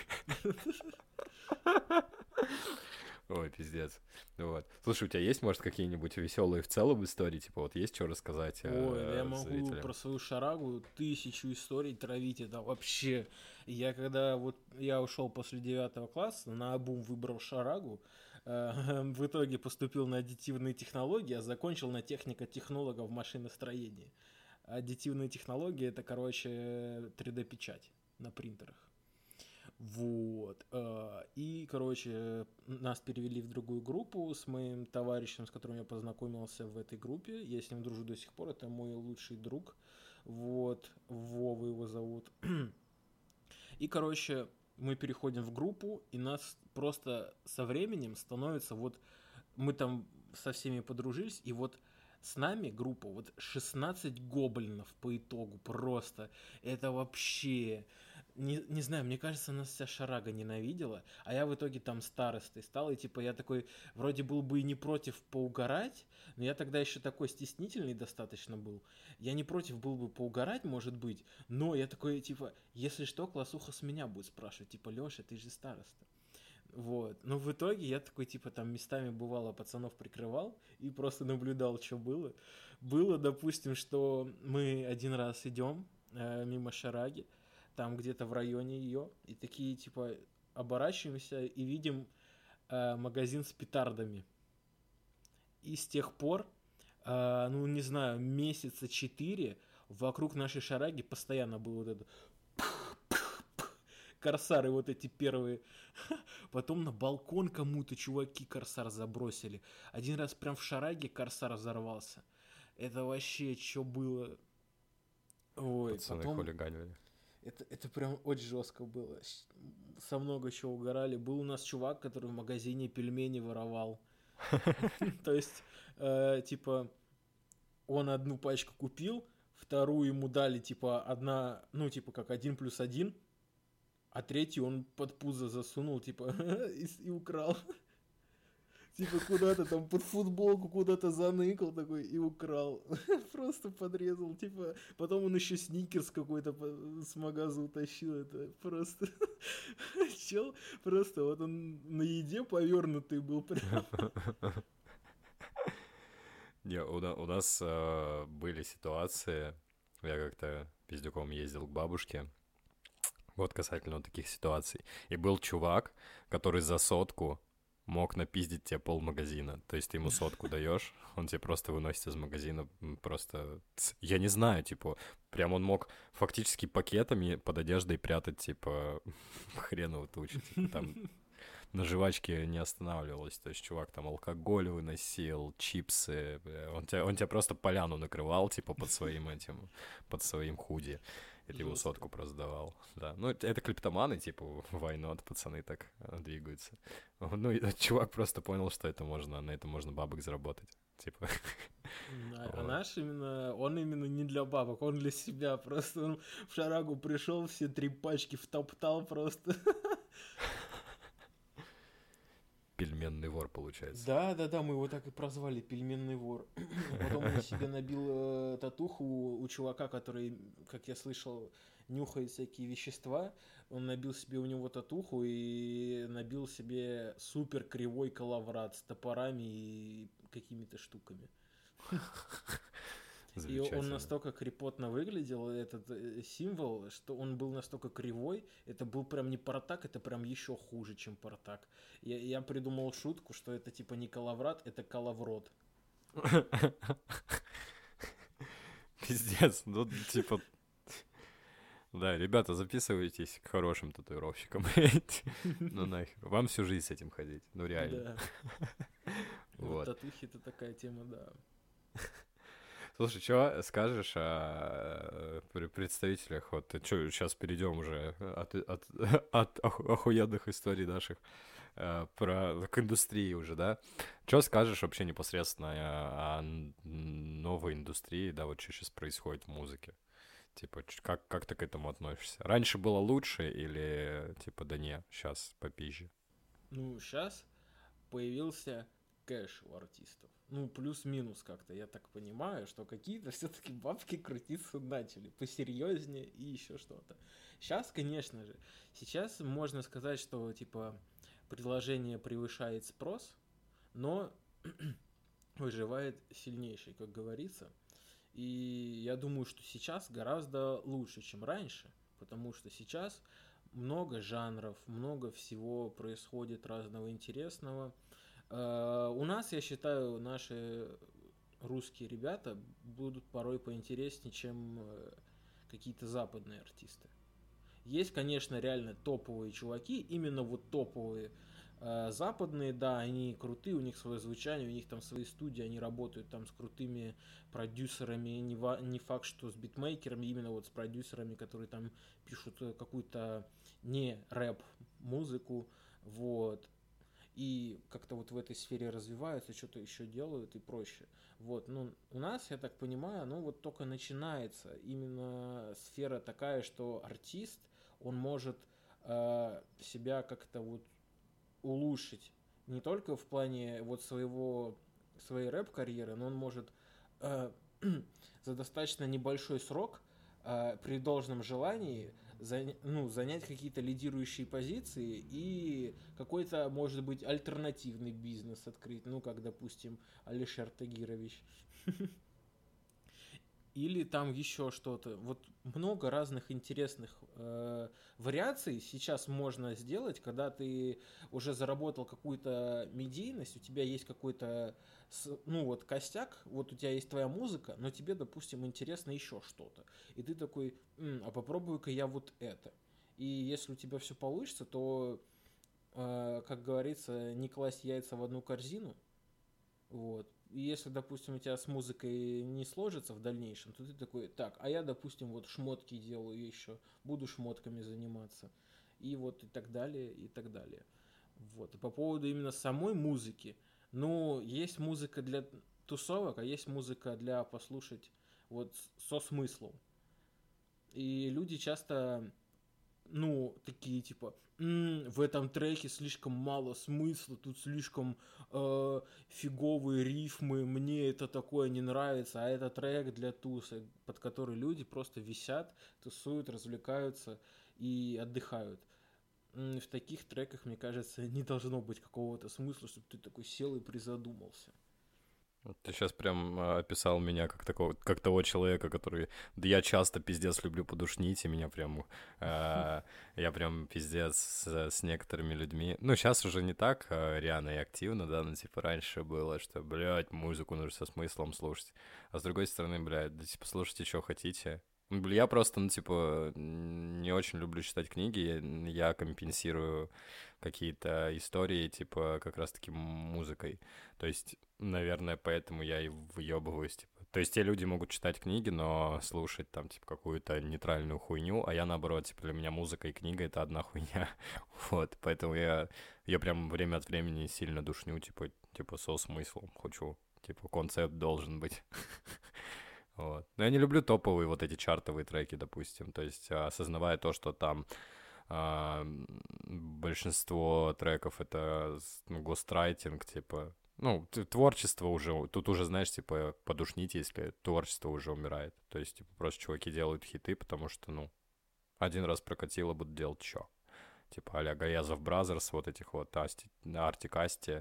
Ой, пиздец. Вот. Слушай, у тебя есть, может, какие-нибудь веселые в целом истории? Типа, вот есть что рассказать Ой, да я э, могу зрителям? про свою шарагу тысячу историй травить. Это вообще... Я когда вот... Я ушел после девятого класса, на обум выбрал шарагу. э, В итоге поступил на аддитивные технологии, а закончил на техника-технолога в машиностроении. Аддитивные технологии — это, короче, три дэ-печать на принтерах. Вот. э, И, короче, нас перевели в другую группу с моим товарищем, с которым я познакомился в этой группе. Я с ним дружу до сих пор. Это мой лучший друг. Вот. Вова его зовут. И, короче, мы переходим в группу, и нас просто со временем становится вот... Мы там со всеми подружились, и вот с нами группа, вот шестнадцать гоблинов по итогу просто. Это вообще... Не, не знаю, мне кажется, нас вся шарага ненавидела, а я в итоге там старостой стал, и типа я такой, вроде был бы и не против поугарать, но я тогда еще такой стеснительный достаточно был. Я не против был бы поугарать, может быть, но я такой, типа, если что, классуха с меня будет спрашивать, типа, Леша, ты же староста. Вот. Но в итоге я такой, типа, там местами бывало пацанов прикрывал и просто наблюдал, что было. Было, допустим, что мы один раз идем э, мимо шараги, там где-то в районе ее, и такие, типа, оборачиваемся и видим э, магазин с петардами. И с тех пор, э, ну, не знаю, месяца четыре вокруг нашей шараги постоянно было вот это корсары вот эти первые. Потом на балкон кому-то чуваки корсар забросили. Один раз прям в шараге корсар взорвался. Это вообще что было? Ой, Пацаны потом... хулиганили. Это, это прям очень жестко было. Со много чего угорали. Был у нас чувак, который в магазине пельмени воровал. То есть, э, типа, он одну пачку купил, вторую ему дали, типа, одна, ну, типа, как один плюс один, а третью он под пузо засунул, типа, и, и украл. Типа, куда-то там под футболку куда-то заныкал такой и украл. Просто подрезал, типа. Потом он еще сникерс какой-то с магаза утащил. Это просто... Чел просто вот он на еде повернутый был прям. Не, у, на- у нас э, были ситуации, я как-то пиздюком ездил к бабушке, вот касательно вот таких ситуаций. И был чувак, который за сотку мог напиздить тебе полмагазина. То есть ты ему сотку даешь, он тебе просто выносит из магазина просто... ц- Я не знаю, типа, прям он мог фактически пакетами под одеждой прятать, типа, хреново тучу. Типа, там на жвачке не останавливалось. То есть чувак там алкоголь выносил, чипсы. бля. Он тебя, он тебя просто поляну накрывал, типа, под своим этим, под своим худи. И ты ему Жестко. сотку просто давал. Да. Ну, это это клиптоманы, типа, why not, пацаны так э, двигаются. Ну, и чувак просто понял, что это можно, на это можно бабок заработать. Типа, А, а вот. наш именно, он именно не для бабок, он для себя. Просто он в шарагу пришел, все три пачки втоптал просто. Пельменный вор, получается. Да, да, да, мы его так и прозвали, пельменный вор. Потом он себе набил э, татуху у, у чувака, который, как я слышал, нюхает всякие вещества. Он набил себе у него татуху и набил себе супер кривой коловрат с топорами и какими-то штуками. И он Замечательно. настолько крепотно выглядел, этот э, символ, что он был настолько кривой, это был прям не Партак, это прям еще хуже, чем Партак. Я, я придумал шутку, что это типа не коловрат, это коловрот. Пиздец. Ну, типа, да, ребята, записывайтесь к хорошим татуировщикам. Ну нахер. Вам всю жизнь с этим ходить. Ну реально. Да. Вот Вот. татухи это такая тема, да. Слушай, что скажешь о э, представителях? Вот, что, сейчас перейдем уже от, от, от оху- охуенных историй наших э, про, к индустрии уже, да? Что скажешь вообще непосредственно о, о н- новой индустрии, да, вот что сейчас происходит в музыке? Типа, ч- как, как ты к этому относишься? Раньше было лучше или, типа, да не, сейчас попизже? Ну, сейчас появился кэш у артистов. Ну, плюс-минус как-то, я так понимаю, что какие-то все-таки бабки крутиться начали, посерьезнее и еще что-то. Сейчас, конечно же, сейчас можно сказать, что, типа, предложение превышает спрос, но выживает сильнейший, как говорится. И я думаю, что сейчас гораздо лучше, чем раньше, потому что сейчас много жанров, много всего происходит разного интересного. Э, У нас, я считаю, наши русские ребята будут порой поинтереснее, чем э, какие-то западные артисты. Есть, конечно, реально топовые чуваки, именно вот топовые э, западные, да, они крутые, у них свое звучание, у них там свои студии, они работают там с крутыми продюсерами, не, ва- не факт, что с битмейкерами, именно вот с продюсерами, которые там пишут э, какую-то не рэп музыку, вот, и как-то вот в этой сфере развиваются, что-то еще делают и проще. Вот, ну, у нас, я так понимаю, ну вот только начинается именно сфера такая, что артист, он может э, себя как-то вот улучшить не только в плане вот своего своей рэп-карьеры, но он может э, за достаточно небольшой срок э, при должном желании заня- ну, занять какие-то лидирующие позиции и какой-то, может быть, альтернативный бизнес открыть, ну, как, допустим, Алишер Тагирович. Или там еще что-то. Вот много разных интересных э, вариаций сейчас можно сделать, когда ты уже заработал какую-то медийность, у тебя есть какой-то, с- ну вот костяк, вот у тебя есть твоя музыка, но тебе, допустим, интересно еще что-то. И ты такой, «М, а попробую-ка я вот это. И если у тебя все получится, то, э, как говорится, не класть яйца в одну корзину, вот. если, допустим, у тебя с музыкой не сложится в дальнейшем, то ты такой, так, а я, допустим, вот шмотки делаю еще, буду шмотками заниматься. И вот и так далее, и так далее. Вот. И по поводу именно самой музыки, ну, есть музыка для тусовок, а есть музыка для послушать вот со смыслом. И люди часто, ну, такие типа, «М, в этом треке слишком мало смысла, тут слишком э, фиговые рифмы, мне это такое не нравится, а это трек для туса, под который люди просто висят, тусуют, развлекаются и отдыхают. М, В таких треках, мне кажется, не должно быть какого-то смысла, чтобы ты такой сел и призадумался. Ты сейчас прям а, описал меня как такого, как того человека, который... Да я часто пиздец люблю подушнить, и меня прям... а, я прям пиздец с, с некоторыми людьми... Ну, сейчас уже не так а, рьяно и активно, да, но типа раньше было, что, блядь, музыку нужно со смыслом слушать. А с другой стороны, блядь, да типа слушайте, что хотите. Ну, бля, Я просто, ну, типа, н- не очень люблю читать книги, я я компенсирую какие-то истории, типа, как раз-таки музыкой. То есть, наверное, поэтому я и въебываюсь, типа. То есть те люди могут читать книги, но слушать там, типа, какую-то нейтральную хуйню, а я, наоборот, типа, для меня музыка и книга — это одна хуйня. Вот, поэтому я, я прям время от времени сильно душню, типа, типа, со смыслом хочу. Типа, концепт должен быть. Вот. Но я не люблю топовые вот эти чартовые треки, допустим. То есть, а, осознавая то, что там а, м, большинство треков это с- ну, гострайтинг, типа, ну, т- творчество уже, тут уже, знаешь, типа, подушнить, если творчество уже умирает. То есть, типа, просто чуваки делают хиты, потому что, ну, один раз прокатило, будут делать чё. Типа, а-ля Гаязов Бразерс, вот этих вот Асти, Артик Асти,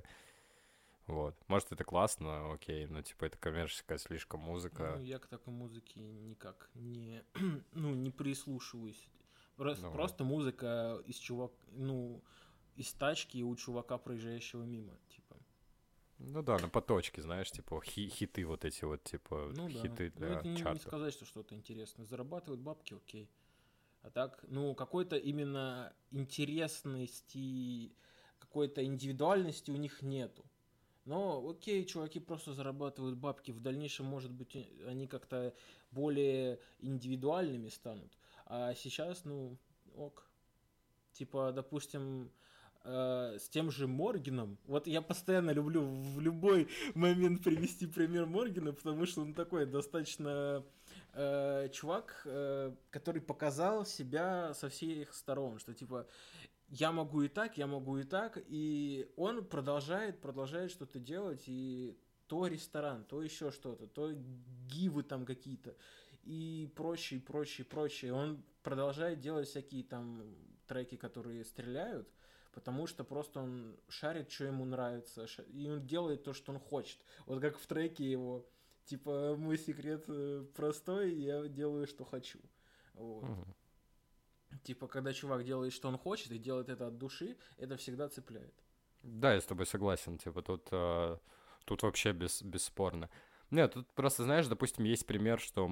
вот. Может, это классно, окей, но, типа, это коммерческая слишком Ну, музыка. я к такой музыке никак не, ну, не прислушиваюсь. Просто, Ну, вот. просто музыка из чувак, ну, из тачки у чувака, проезжающего мимо, типа. Ну да, на поточке, знаешь, типа, хи- хиты вот эти вот, типа, Ну да. хиты Ну, это для не, не чартов. сказать, что что-то интересное. Зарабатывают бабки, окей. А так, ну, какой-то именно интересности, какой-то индивидуальности у них нету. Но окей, чуваки просто зарабатывают бабки. В дальнейшем, может быть, и- они как-то более индивидуальными станут. А сейчас, ну, ок. Типа, допустим, э, с тем же Моргином. Вот я постоянно люблю в любой момент привести пример Моргина, потому что он такой достаточно э, чувак, э, который показал себя со всех сторон, что типа я могу и так, я могу и так, и он продолжает, продолжает что-то делать, и то ресторан, то еще что-то, то гивы там какие-то, и прочее, прочее, прочее. Он продолжает делать всякие там треки, которые стреляют, потому что просто он шарит, что ему нравится, ша- и он делает то, что он хочет. Вот как в треке его, типа, мой секрет э, простой, я делаю, что хочу. Вот. Мгм. Типа, когда чувак делает, что он хочет, и делает это от души, это всегда цепляет. Да, я с тобой согласен, типа, тут, э, тут вообще без, бесспорно. Нет, тут просто, знаешь, допустим, есть пример, что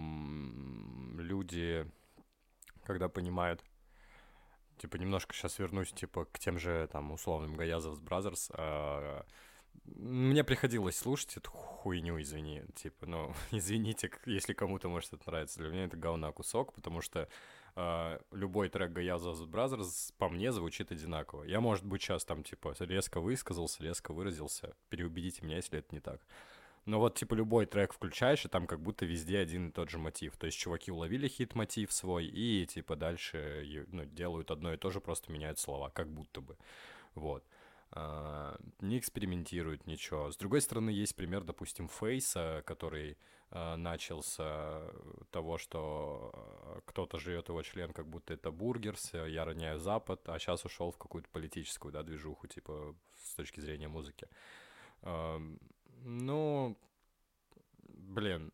м, люди, когда понимают, типа, немножко сейчас вернусь, типа, к тем же, там, условным Гаязов Бразерс, а, мне приходилось слушать эту хуйню, извини, типа, ну, извините, к- если кому-то может это нравится, для меня это говна кусок, потому что а, любой трек Гаязов Бразерс по мне звучит одинаково. Я, может быть, сейчас там, типа, резко высказался, резко выразился, переубедите меня, если это не так. Но вот, типа, любой трек включаешь, и там как будто везде один и тот же мотив. То есть чуваки уловили хит-мотив свой, и, типа, дальше е- ну, делают одно и то же, просто меняют слова, как будто бы. Вот. А, не экспериментируют ничего. С другой стороны, есть пример, допустим, Фейса, который а, начал с а, того, что а, кто-то жует его член, как будто это бургерс, э, я роняю Запад, а сейчас ушел в какую-то политическую, да, движуху, типа, с точки зрения музыки. Ам, ну, блин,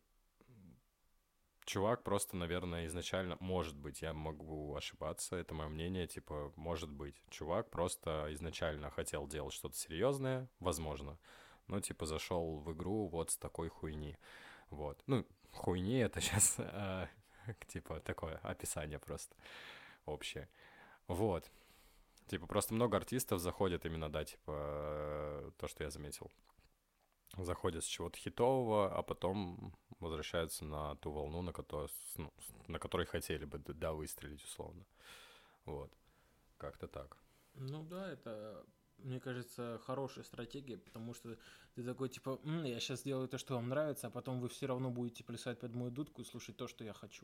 чувак просто, наверное, изначально, может быть, я могу ошибаться, это мое мнение, типа, может быть, чувак просто изначально хотел делать что-то серьезное, возможно, но, типа, зашел в игру вот с такой хуйни, вот. Ну, хуйни — это сейчас, типа, такое описание просто общее. Вот. Типа, просто много артистов заходят именно, да, типа, э, то, что я заметил. заходят с чего-то хитового, а потом возвращаются на ту волну, на которой, ну, на которой хотели бы, да, выстрелить условно. Вот. Как-то так. Ну да, это, мне кажется, хорошая стратегия, потому что ты такой, типа, «М, я сейчас сделаю то, что вам нравится, а потом вы все равно будете плясать под мою дудку и слушать то, что я хочу».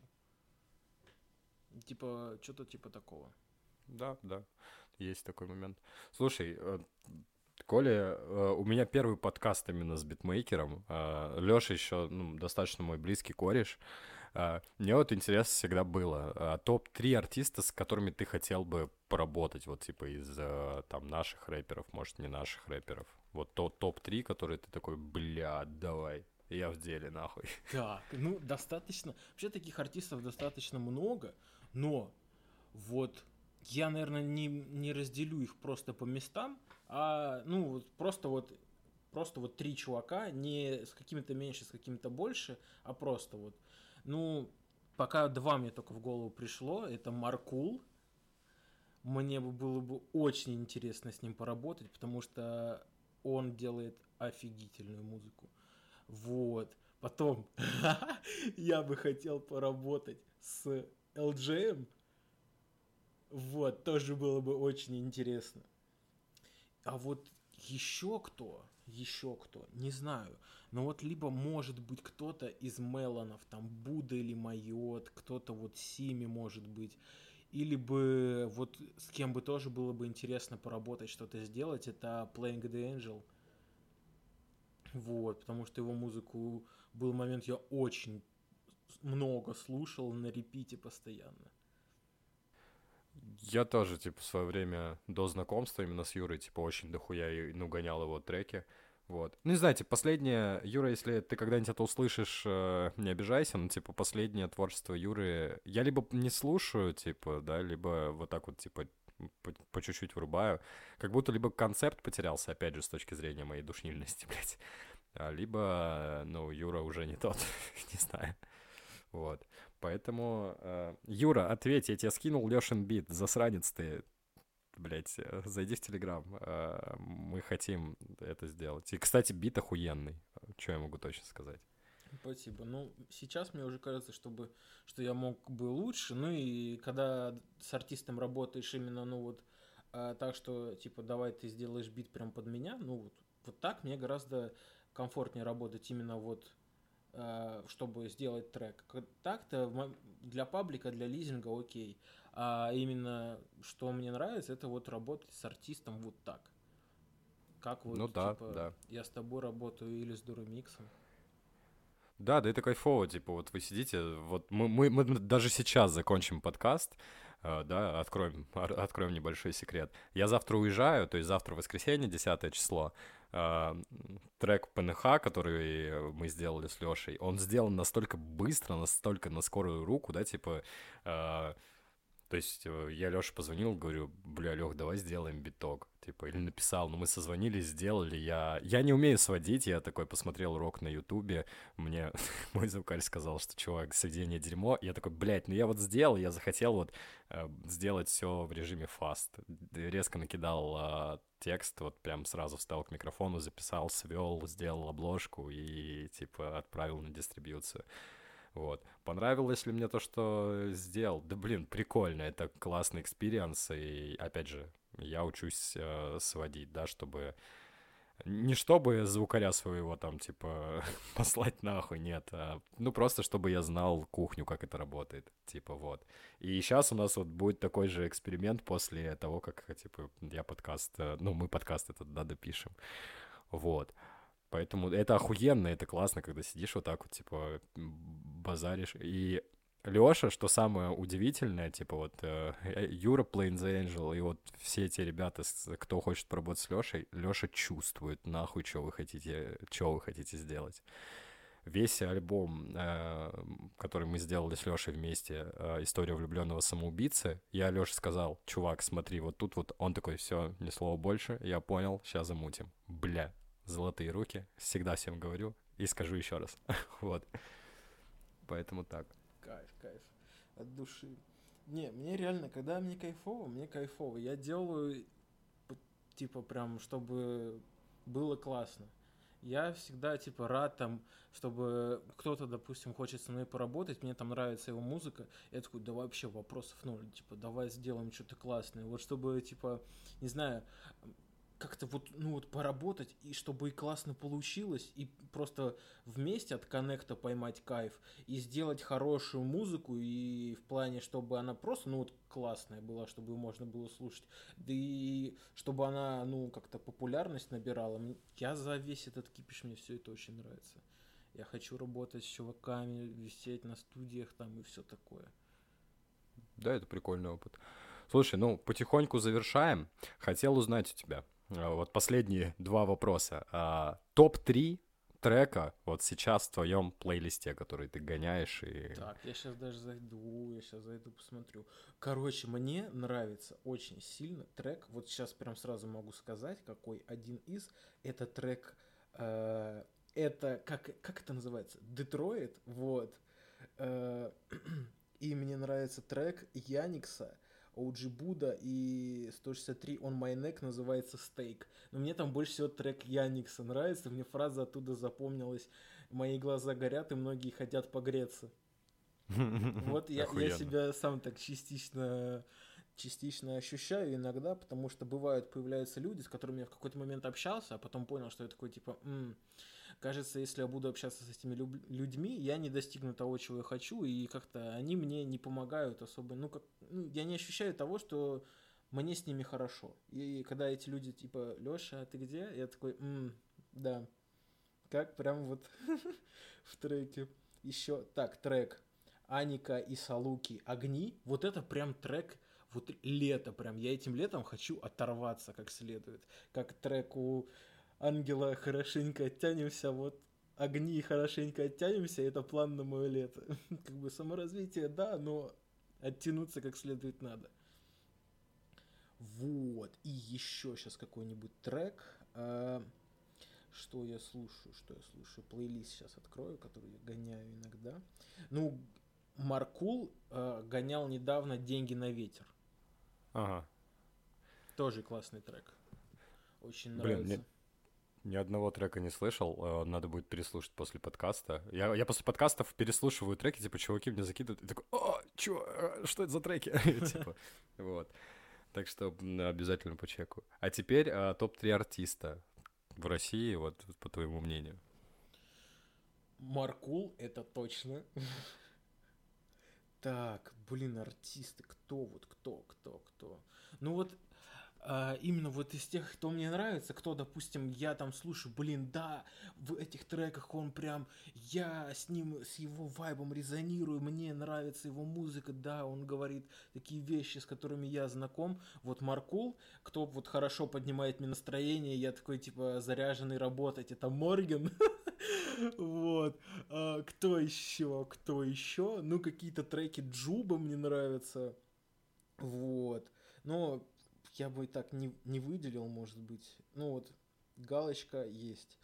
Типа, что-то типа такого. Да, да, есть такой момент. Слушай, э, Коля, э, у меня первый подкаст именно с битмейкером. Леша еще ну, достаточно мой близкий кореш. А, Мне вот интересно всегда было, а, топ три артиста, с которыми ты хотел бы поработать, вот типа из э, там наших рэперов, может, не наших рэперов. Вот то топ три, которые ты такой, бля, давай, я в деле, нахуй. Так, ну, достаточно. Вообще таких артистов достаточно много, но вот я, наверное, не, не разделю их просто по местам, а, ну, вот просто вот просто вот три чувака, не с какими-то меньше, с какими-то больше, а просто вот. Ну, пока два мне только в голову пришло. Это Маркул. Мне бы было бы очень интересно с ним поработать, потому что он делает офигительную музыку. Вот. Потом я бы хотел поработать с эл джей эм. Вот, тоже было бы очень интересно. А вот еще кто, еще кто, не знаю. Но вот либо может быть кто-то из Меланов, там Будда или Майот, кто-то вот Сими может быть. Или бы вот с кем бы тоже было бы интересно поработать, что-то сделать, это Playing the Angel. Вот, потому что его музыку был момент, я очень много слушал на репите постоянно. Я тоже, типа, в свое время до знакомства именно с Юрой, типа, очень дохуя, и, ну, гонял его треки. Вот. Ну, не знаю, типа, последнее, Юра, если ты когда-нибудь это услышишь, э, не обижайся, но, типа, последнее творчество Юры я либо не слушаю, типа, да, либо вот так вот, типа, по, по чуть-чуть врубаю. Как будто либо концепт потерялся, опять же, с точки зрения моей душнильности, блядь, а, либо, э, ну, Юра уже не тот, не знаю. Вот. Поэтому, э, Юра, ответь, я тебе скинул Лешин бит, засранец ты, блядь, э, зайди в Телеграм, э, мы хотим это сделать. И, кстати, бит охуенный, что я могу точно сказать. Спасибо. Ну, сейчас мне уже кажется, чтобы, что я мог бы лучше. Ну и когда с артистом работаешь именно, ну вот, а, так что, типа, давай ты сделаешь бит прям под меня, ну вот, вот так мне гораздо комфортнее работать именно вот, а, чтобы сделать трек. К- Так-то в мо- для паблика, для лизинга окей. А именно, что мне нравится, это вот работать с артистом вот так. Как Ну вот, да, типа, да. я с тобой работаю или с Дурамиксом. Да, да это кайфово, типа, вот вы сидите, вот мы, мы, мы даже сейчас закончим подкаст, э, да, откроем, ор- откроем небольшой секрет. Я завтра уезжаю, то есть завтра воскресенье, десятое число, э, трек пэ эн ха, который мы сделали с Лешей, он сделан настолько быстро, настолько на скорую руку, да, типа, э, то есть э, я Лёше позвонил, говорю, бля, Лёх, давай сделаем биток. Типа, или написал, ну мы созвонились, сделали. Я, я не умею сводить, я такой посмотрел урок на Ютубе. Мне мой звукарь сказал, что, чувак, сведение дерьмо. Я такой, блядь, ну я вот сделал, я захотел вот э, сделать все в режиме фаст. Резко накидал э, текст, вот прям сразу встал к микрофону, записал, свел, сделал обложку и, типа, отправил на дистрибьюцию. Вот. Понравилось ли мне то, что сделал? Да блин, прикольно, это классный экспириенс, и опять же, я учусь э, сводить, да, чтобы... Не чтобы звукаря своего там, типа, послать нахуй, нет, а, ну просто чтобы я знал кухню, как это работает, типа, вот. И сейчас у нас вот будет такой же эксперимент после того, как, типа, я подкаст, э, ну, мы подкаст этот, да, допишем, вот. Поэтому это охуенно, это классно, когда сидишь вот так вот, типа, базаришь. И Лёша, что самое удивительное, типа вот э, Юра Plain the Angel и вот все эти ребята, с- кто хочет поработать с Лёшей, Лёша чувствует нахуй, что вы хотите, что вы хотите сделать. Весь альбом, э, который мы сделали с Лёшей вместе, э, «История влюбленного самоубийцы», я Лёше сказал, чувак, смотри, вот тут вот, он такой, все, ни слова больше, я понял, сейчас замутим. Бля, золотые руки, всегда всем говорю и скажу еще раз. Вот, поэтому так. Кайф, кайф. От души. Не, мне реально, когда мне кайфово, мне кайфово. Я делаю, п- типа, прям, чтобы было классно. Я всегда, типа, рад там, чтобы кто-то, допустим, хочет со мной поработать, мне там нравится его музыка, я такой, да вообще вопросов ноль, типа, давай сделаем что-то классное. Вот чтобы, типа, не знаю, как-то вот, ну вот поработать, и чтобы и классно получилось, и просто вместе от коннекта поймать кайф, и сделать хорошую музыку, и в плане, чтобы она просто, ну вот, классная была, чтобы ее можно было слушать, да и чтобы она, ну, как-то популярность набирала. Я за весь этот кипиш, мне все это очень нравится. Я хочу работать с чуваками, висеть на студиях там и все такое. Да, это прикольный опыт. Слушай, ну, потихоньку завершаем. Хотел узнать у тебя а, вот последние два вопроса. А, топ три трека вот сейчас в твоем плейлисте, который ты гоняешь и... Так, я сейчас даже зайду, я сейчас зайду, посмотрю. Короче, мне нравится очень сильно трек, вот сейчас прям сразу могу сказать, какой один из. Это трек, э, это, как, как это называется? Детройт, вот. Э, и мне нравится трек Яникса, о джи Buddha и сто шестьдесят три On My Neck называется Steak. Но мне там больше всего трек Яникса нравится, мне фраза оттуда запомнилась: «Мои глаза горят, и многие хотят погреться». Вот я, я себя сам так частично, частично ощущаю иногда, потому что бывают, появляются люди, с которыми я в какой-то момент общался, а потом понял, что я такой, типа, м-м, кажется, если я буду общаться с этими люб- людьми, я не достигну того, чего я хочу, и как-то они мне не помогают особо. Ну, как, ну, я не ощущаю того, что мне с ними хорошо. И когда эти люди, типа, Леша, а ты где? Я такой, м-м, да, как прям вот в треке. Еще, так, трек Аника и Салуки «Огни». Вот это прям трек, вот лето прям. Я этим летом хочу оторваться как следует. Как трек у Ангела «Хорошенько оттянемся», вот «Огни» и «Хорошенько оттянемся» — это план на мое лето. Как бы саморазвитие, да, но оттянуться как следует надо. Вот. И еще сейчас какой-нибудь трек. Что я слушаю, что я слушаю? Плейлист сейчас открою, который я гоняю иногда. Ну, Маркул э, гонял недавно «Деньги на ветер». Ага. Тоже классный трек. Очень Блин, нравится. мне ни одного трека не слышал, надо будет переслушать после подкаста. Я, я после подкастов переслушиваю треки, типа, чуваки мне закидывают, и такой, о, чё, что это за треки? Типа, вот. Так что обязательно почекаю. А теперь топ три артиста в России, вот по твоему мнению. Маркул, это точно. Так, блин, артисты, кто вот, кто, кто, кто? Ну вот, а, именно вот из тех, кто мне нравится, кто, допустим, я там слушаю, блин, да, в этих треках он прям, я с ним, с его вайбом резонирую, мне нравится его музыка, да, он говорит такие вещи, с которыми я знаком. Вот Маркул, кто вот хорошо поднимает мне настроение, я такой, типа, заряженный работать, это Морген. Вот. А, кто еще? Кто еще? Ну, какие-то треки Джуба мне нравятся. Вот. Но я бы так не, не выделил, может быть. Ну вот, галочка есть.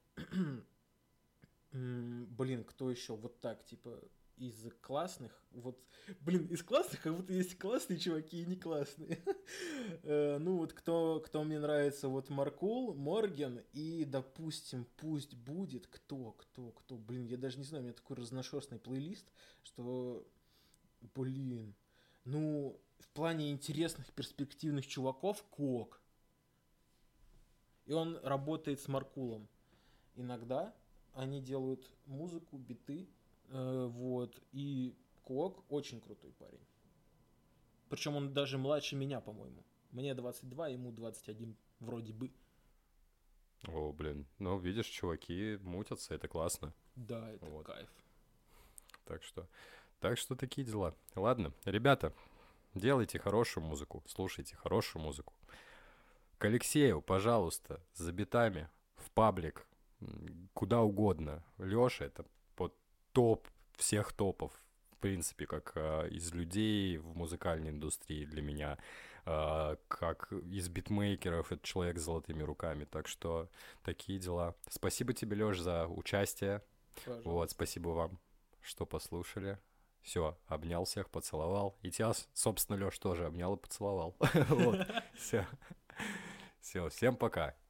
Блин, кто еще? Вот так, типа, из классных. Вот, блин, из классных, как будто есть классные чуваки и не классные. Ну вот, кто, кто мне нравится, вот Маркул, Морген и, допустим, пусть будет кто, кто, кто. Блин, я даже не знаю, у меня такой разношерстный плейлист, что, блин, ну, в плане интересных, перспективных чуваков Кок. И он работает с Маркулом. Иногда они делают музыку, биты, э, вот. И Кок очень крутой парень. Причем он даже младше меня, по-моему. Мне двадцать два, ему двадцать один вроде бы. О, блин. Ну, видишь, чуваки мутятся, это классно. Да, это вот. Кайф. Так что, так что такие дела. Ладно, ребята, делайте хорошую музыку, слушайте хорошую музыку. К Алексею, пожалуйста, за битами, в паблик, куда угодно. Лёша — это под топ всех топов, в принципе, как э, из людей в музыкальной индустрии для меня, э, как из битмейкеров, это человек с золотыми руками. Так что такие дела. Спасибо тебе, Лёш, за участие. Пожалуйста. Вот, спасибо вам, что послушали. Все, обнял всех, поцеловал. И тебя, собственно, Лёш, тоже обнял и поцеловал. Вот, все. Все, всем пока.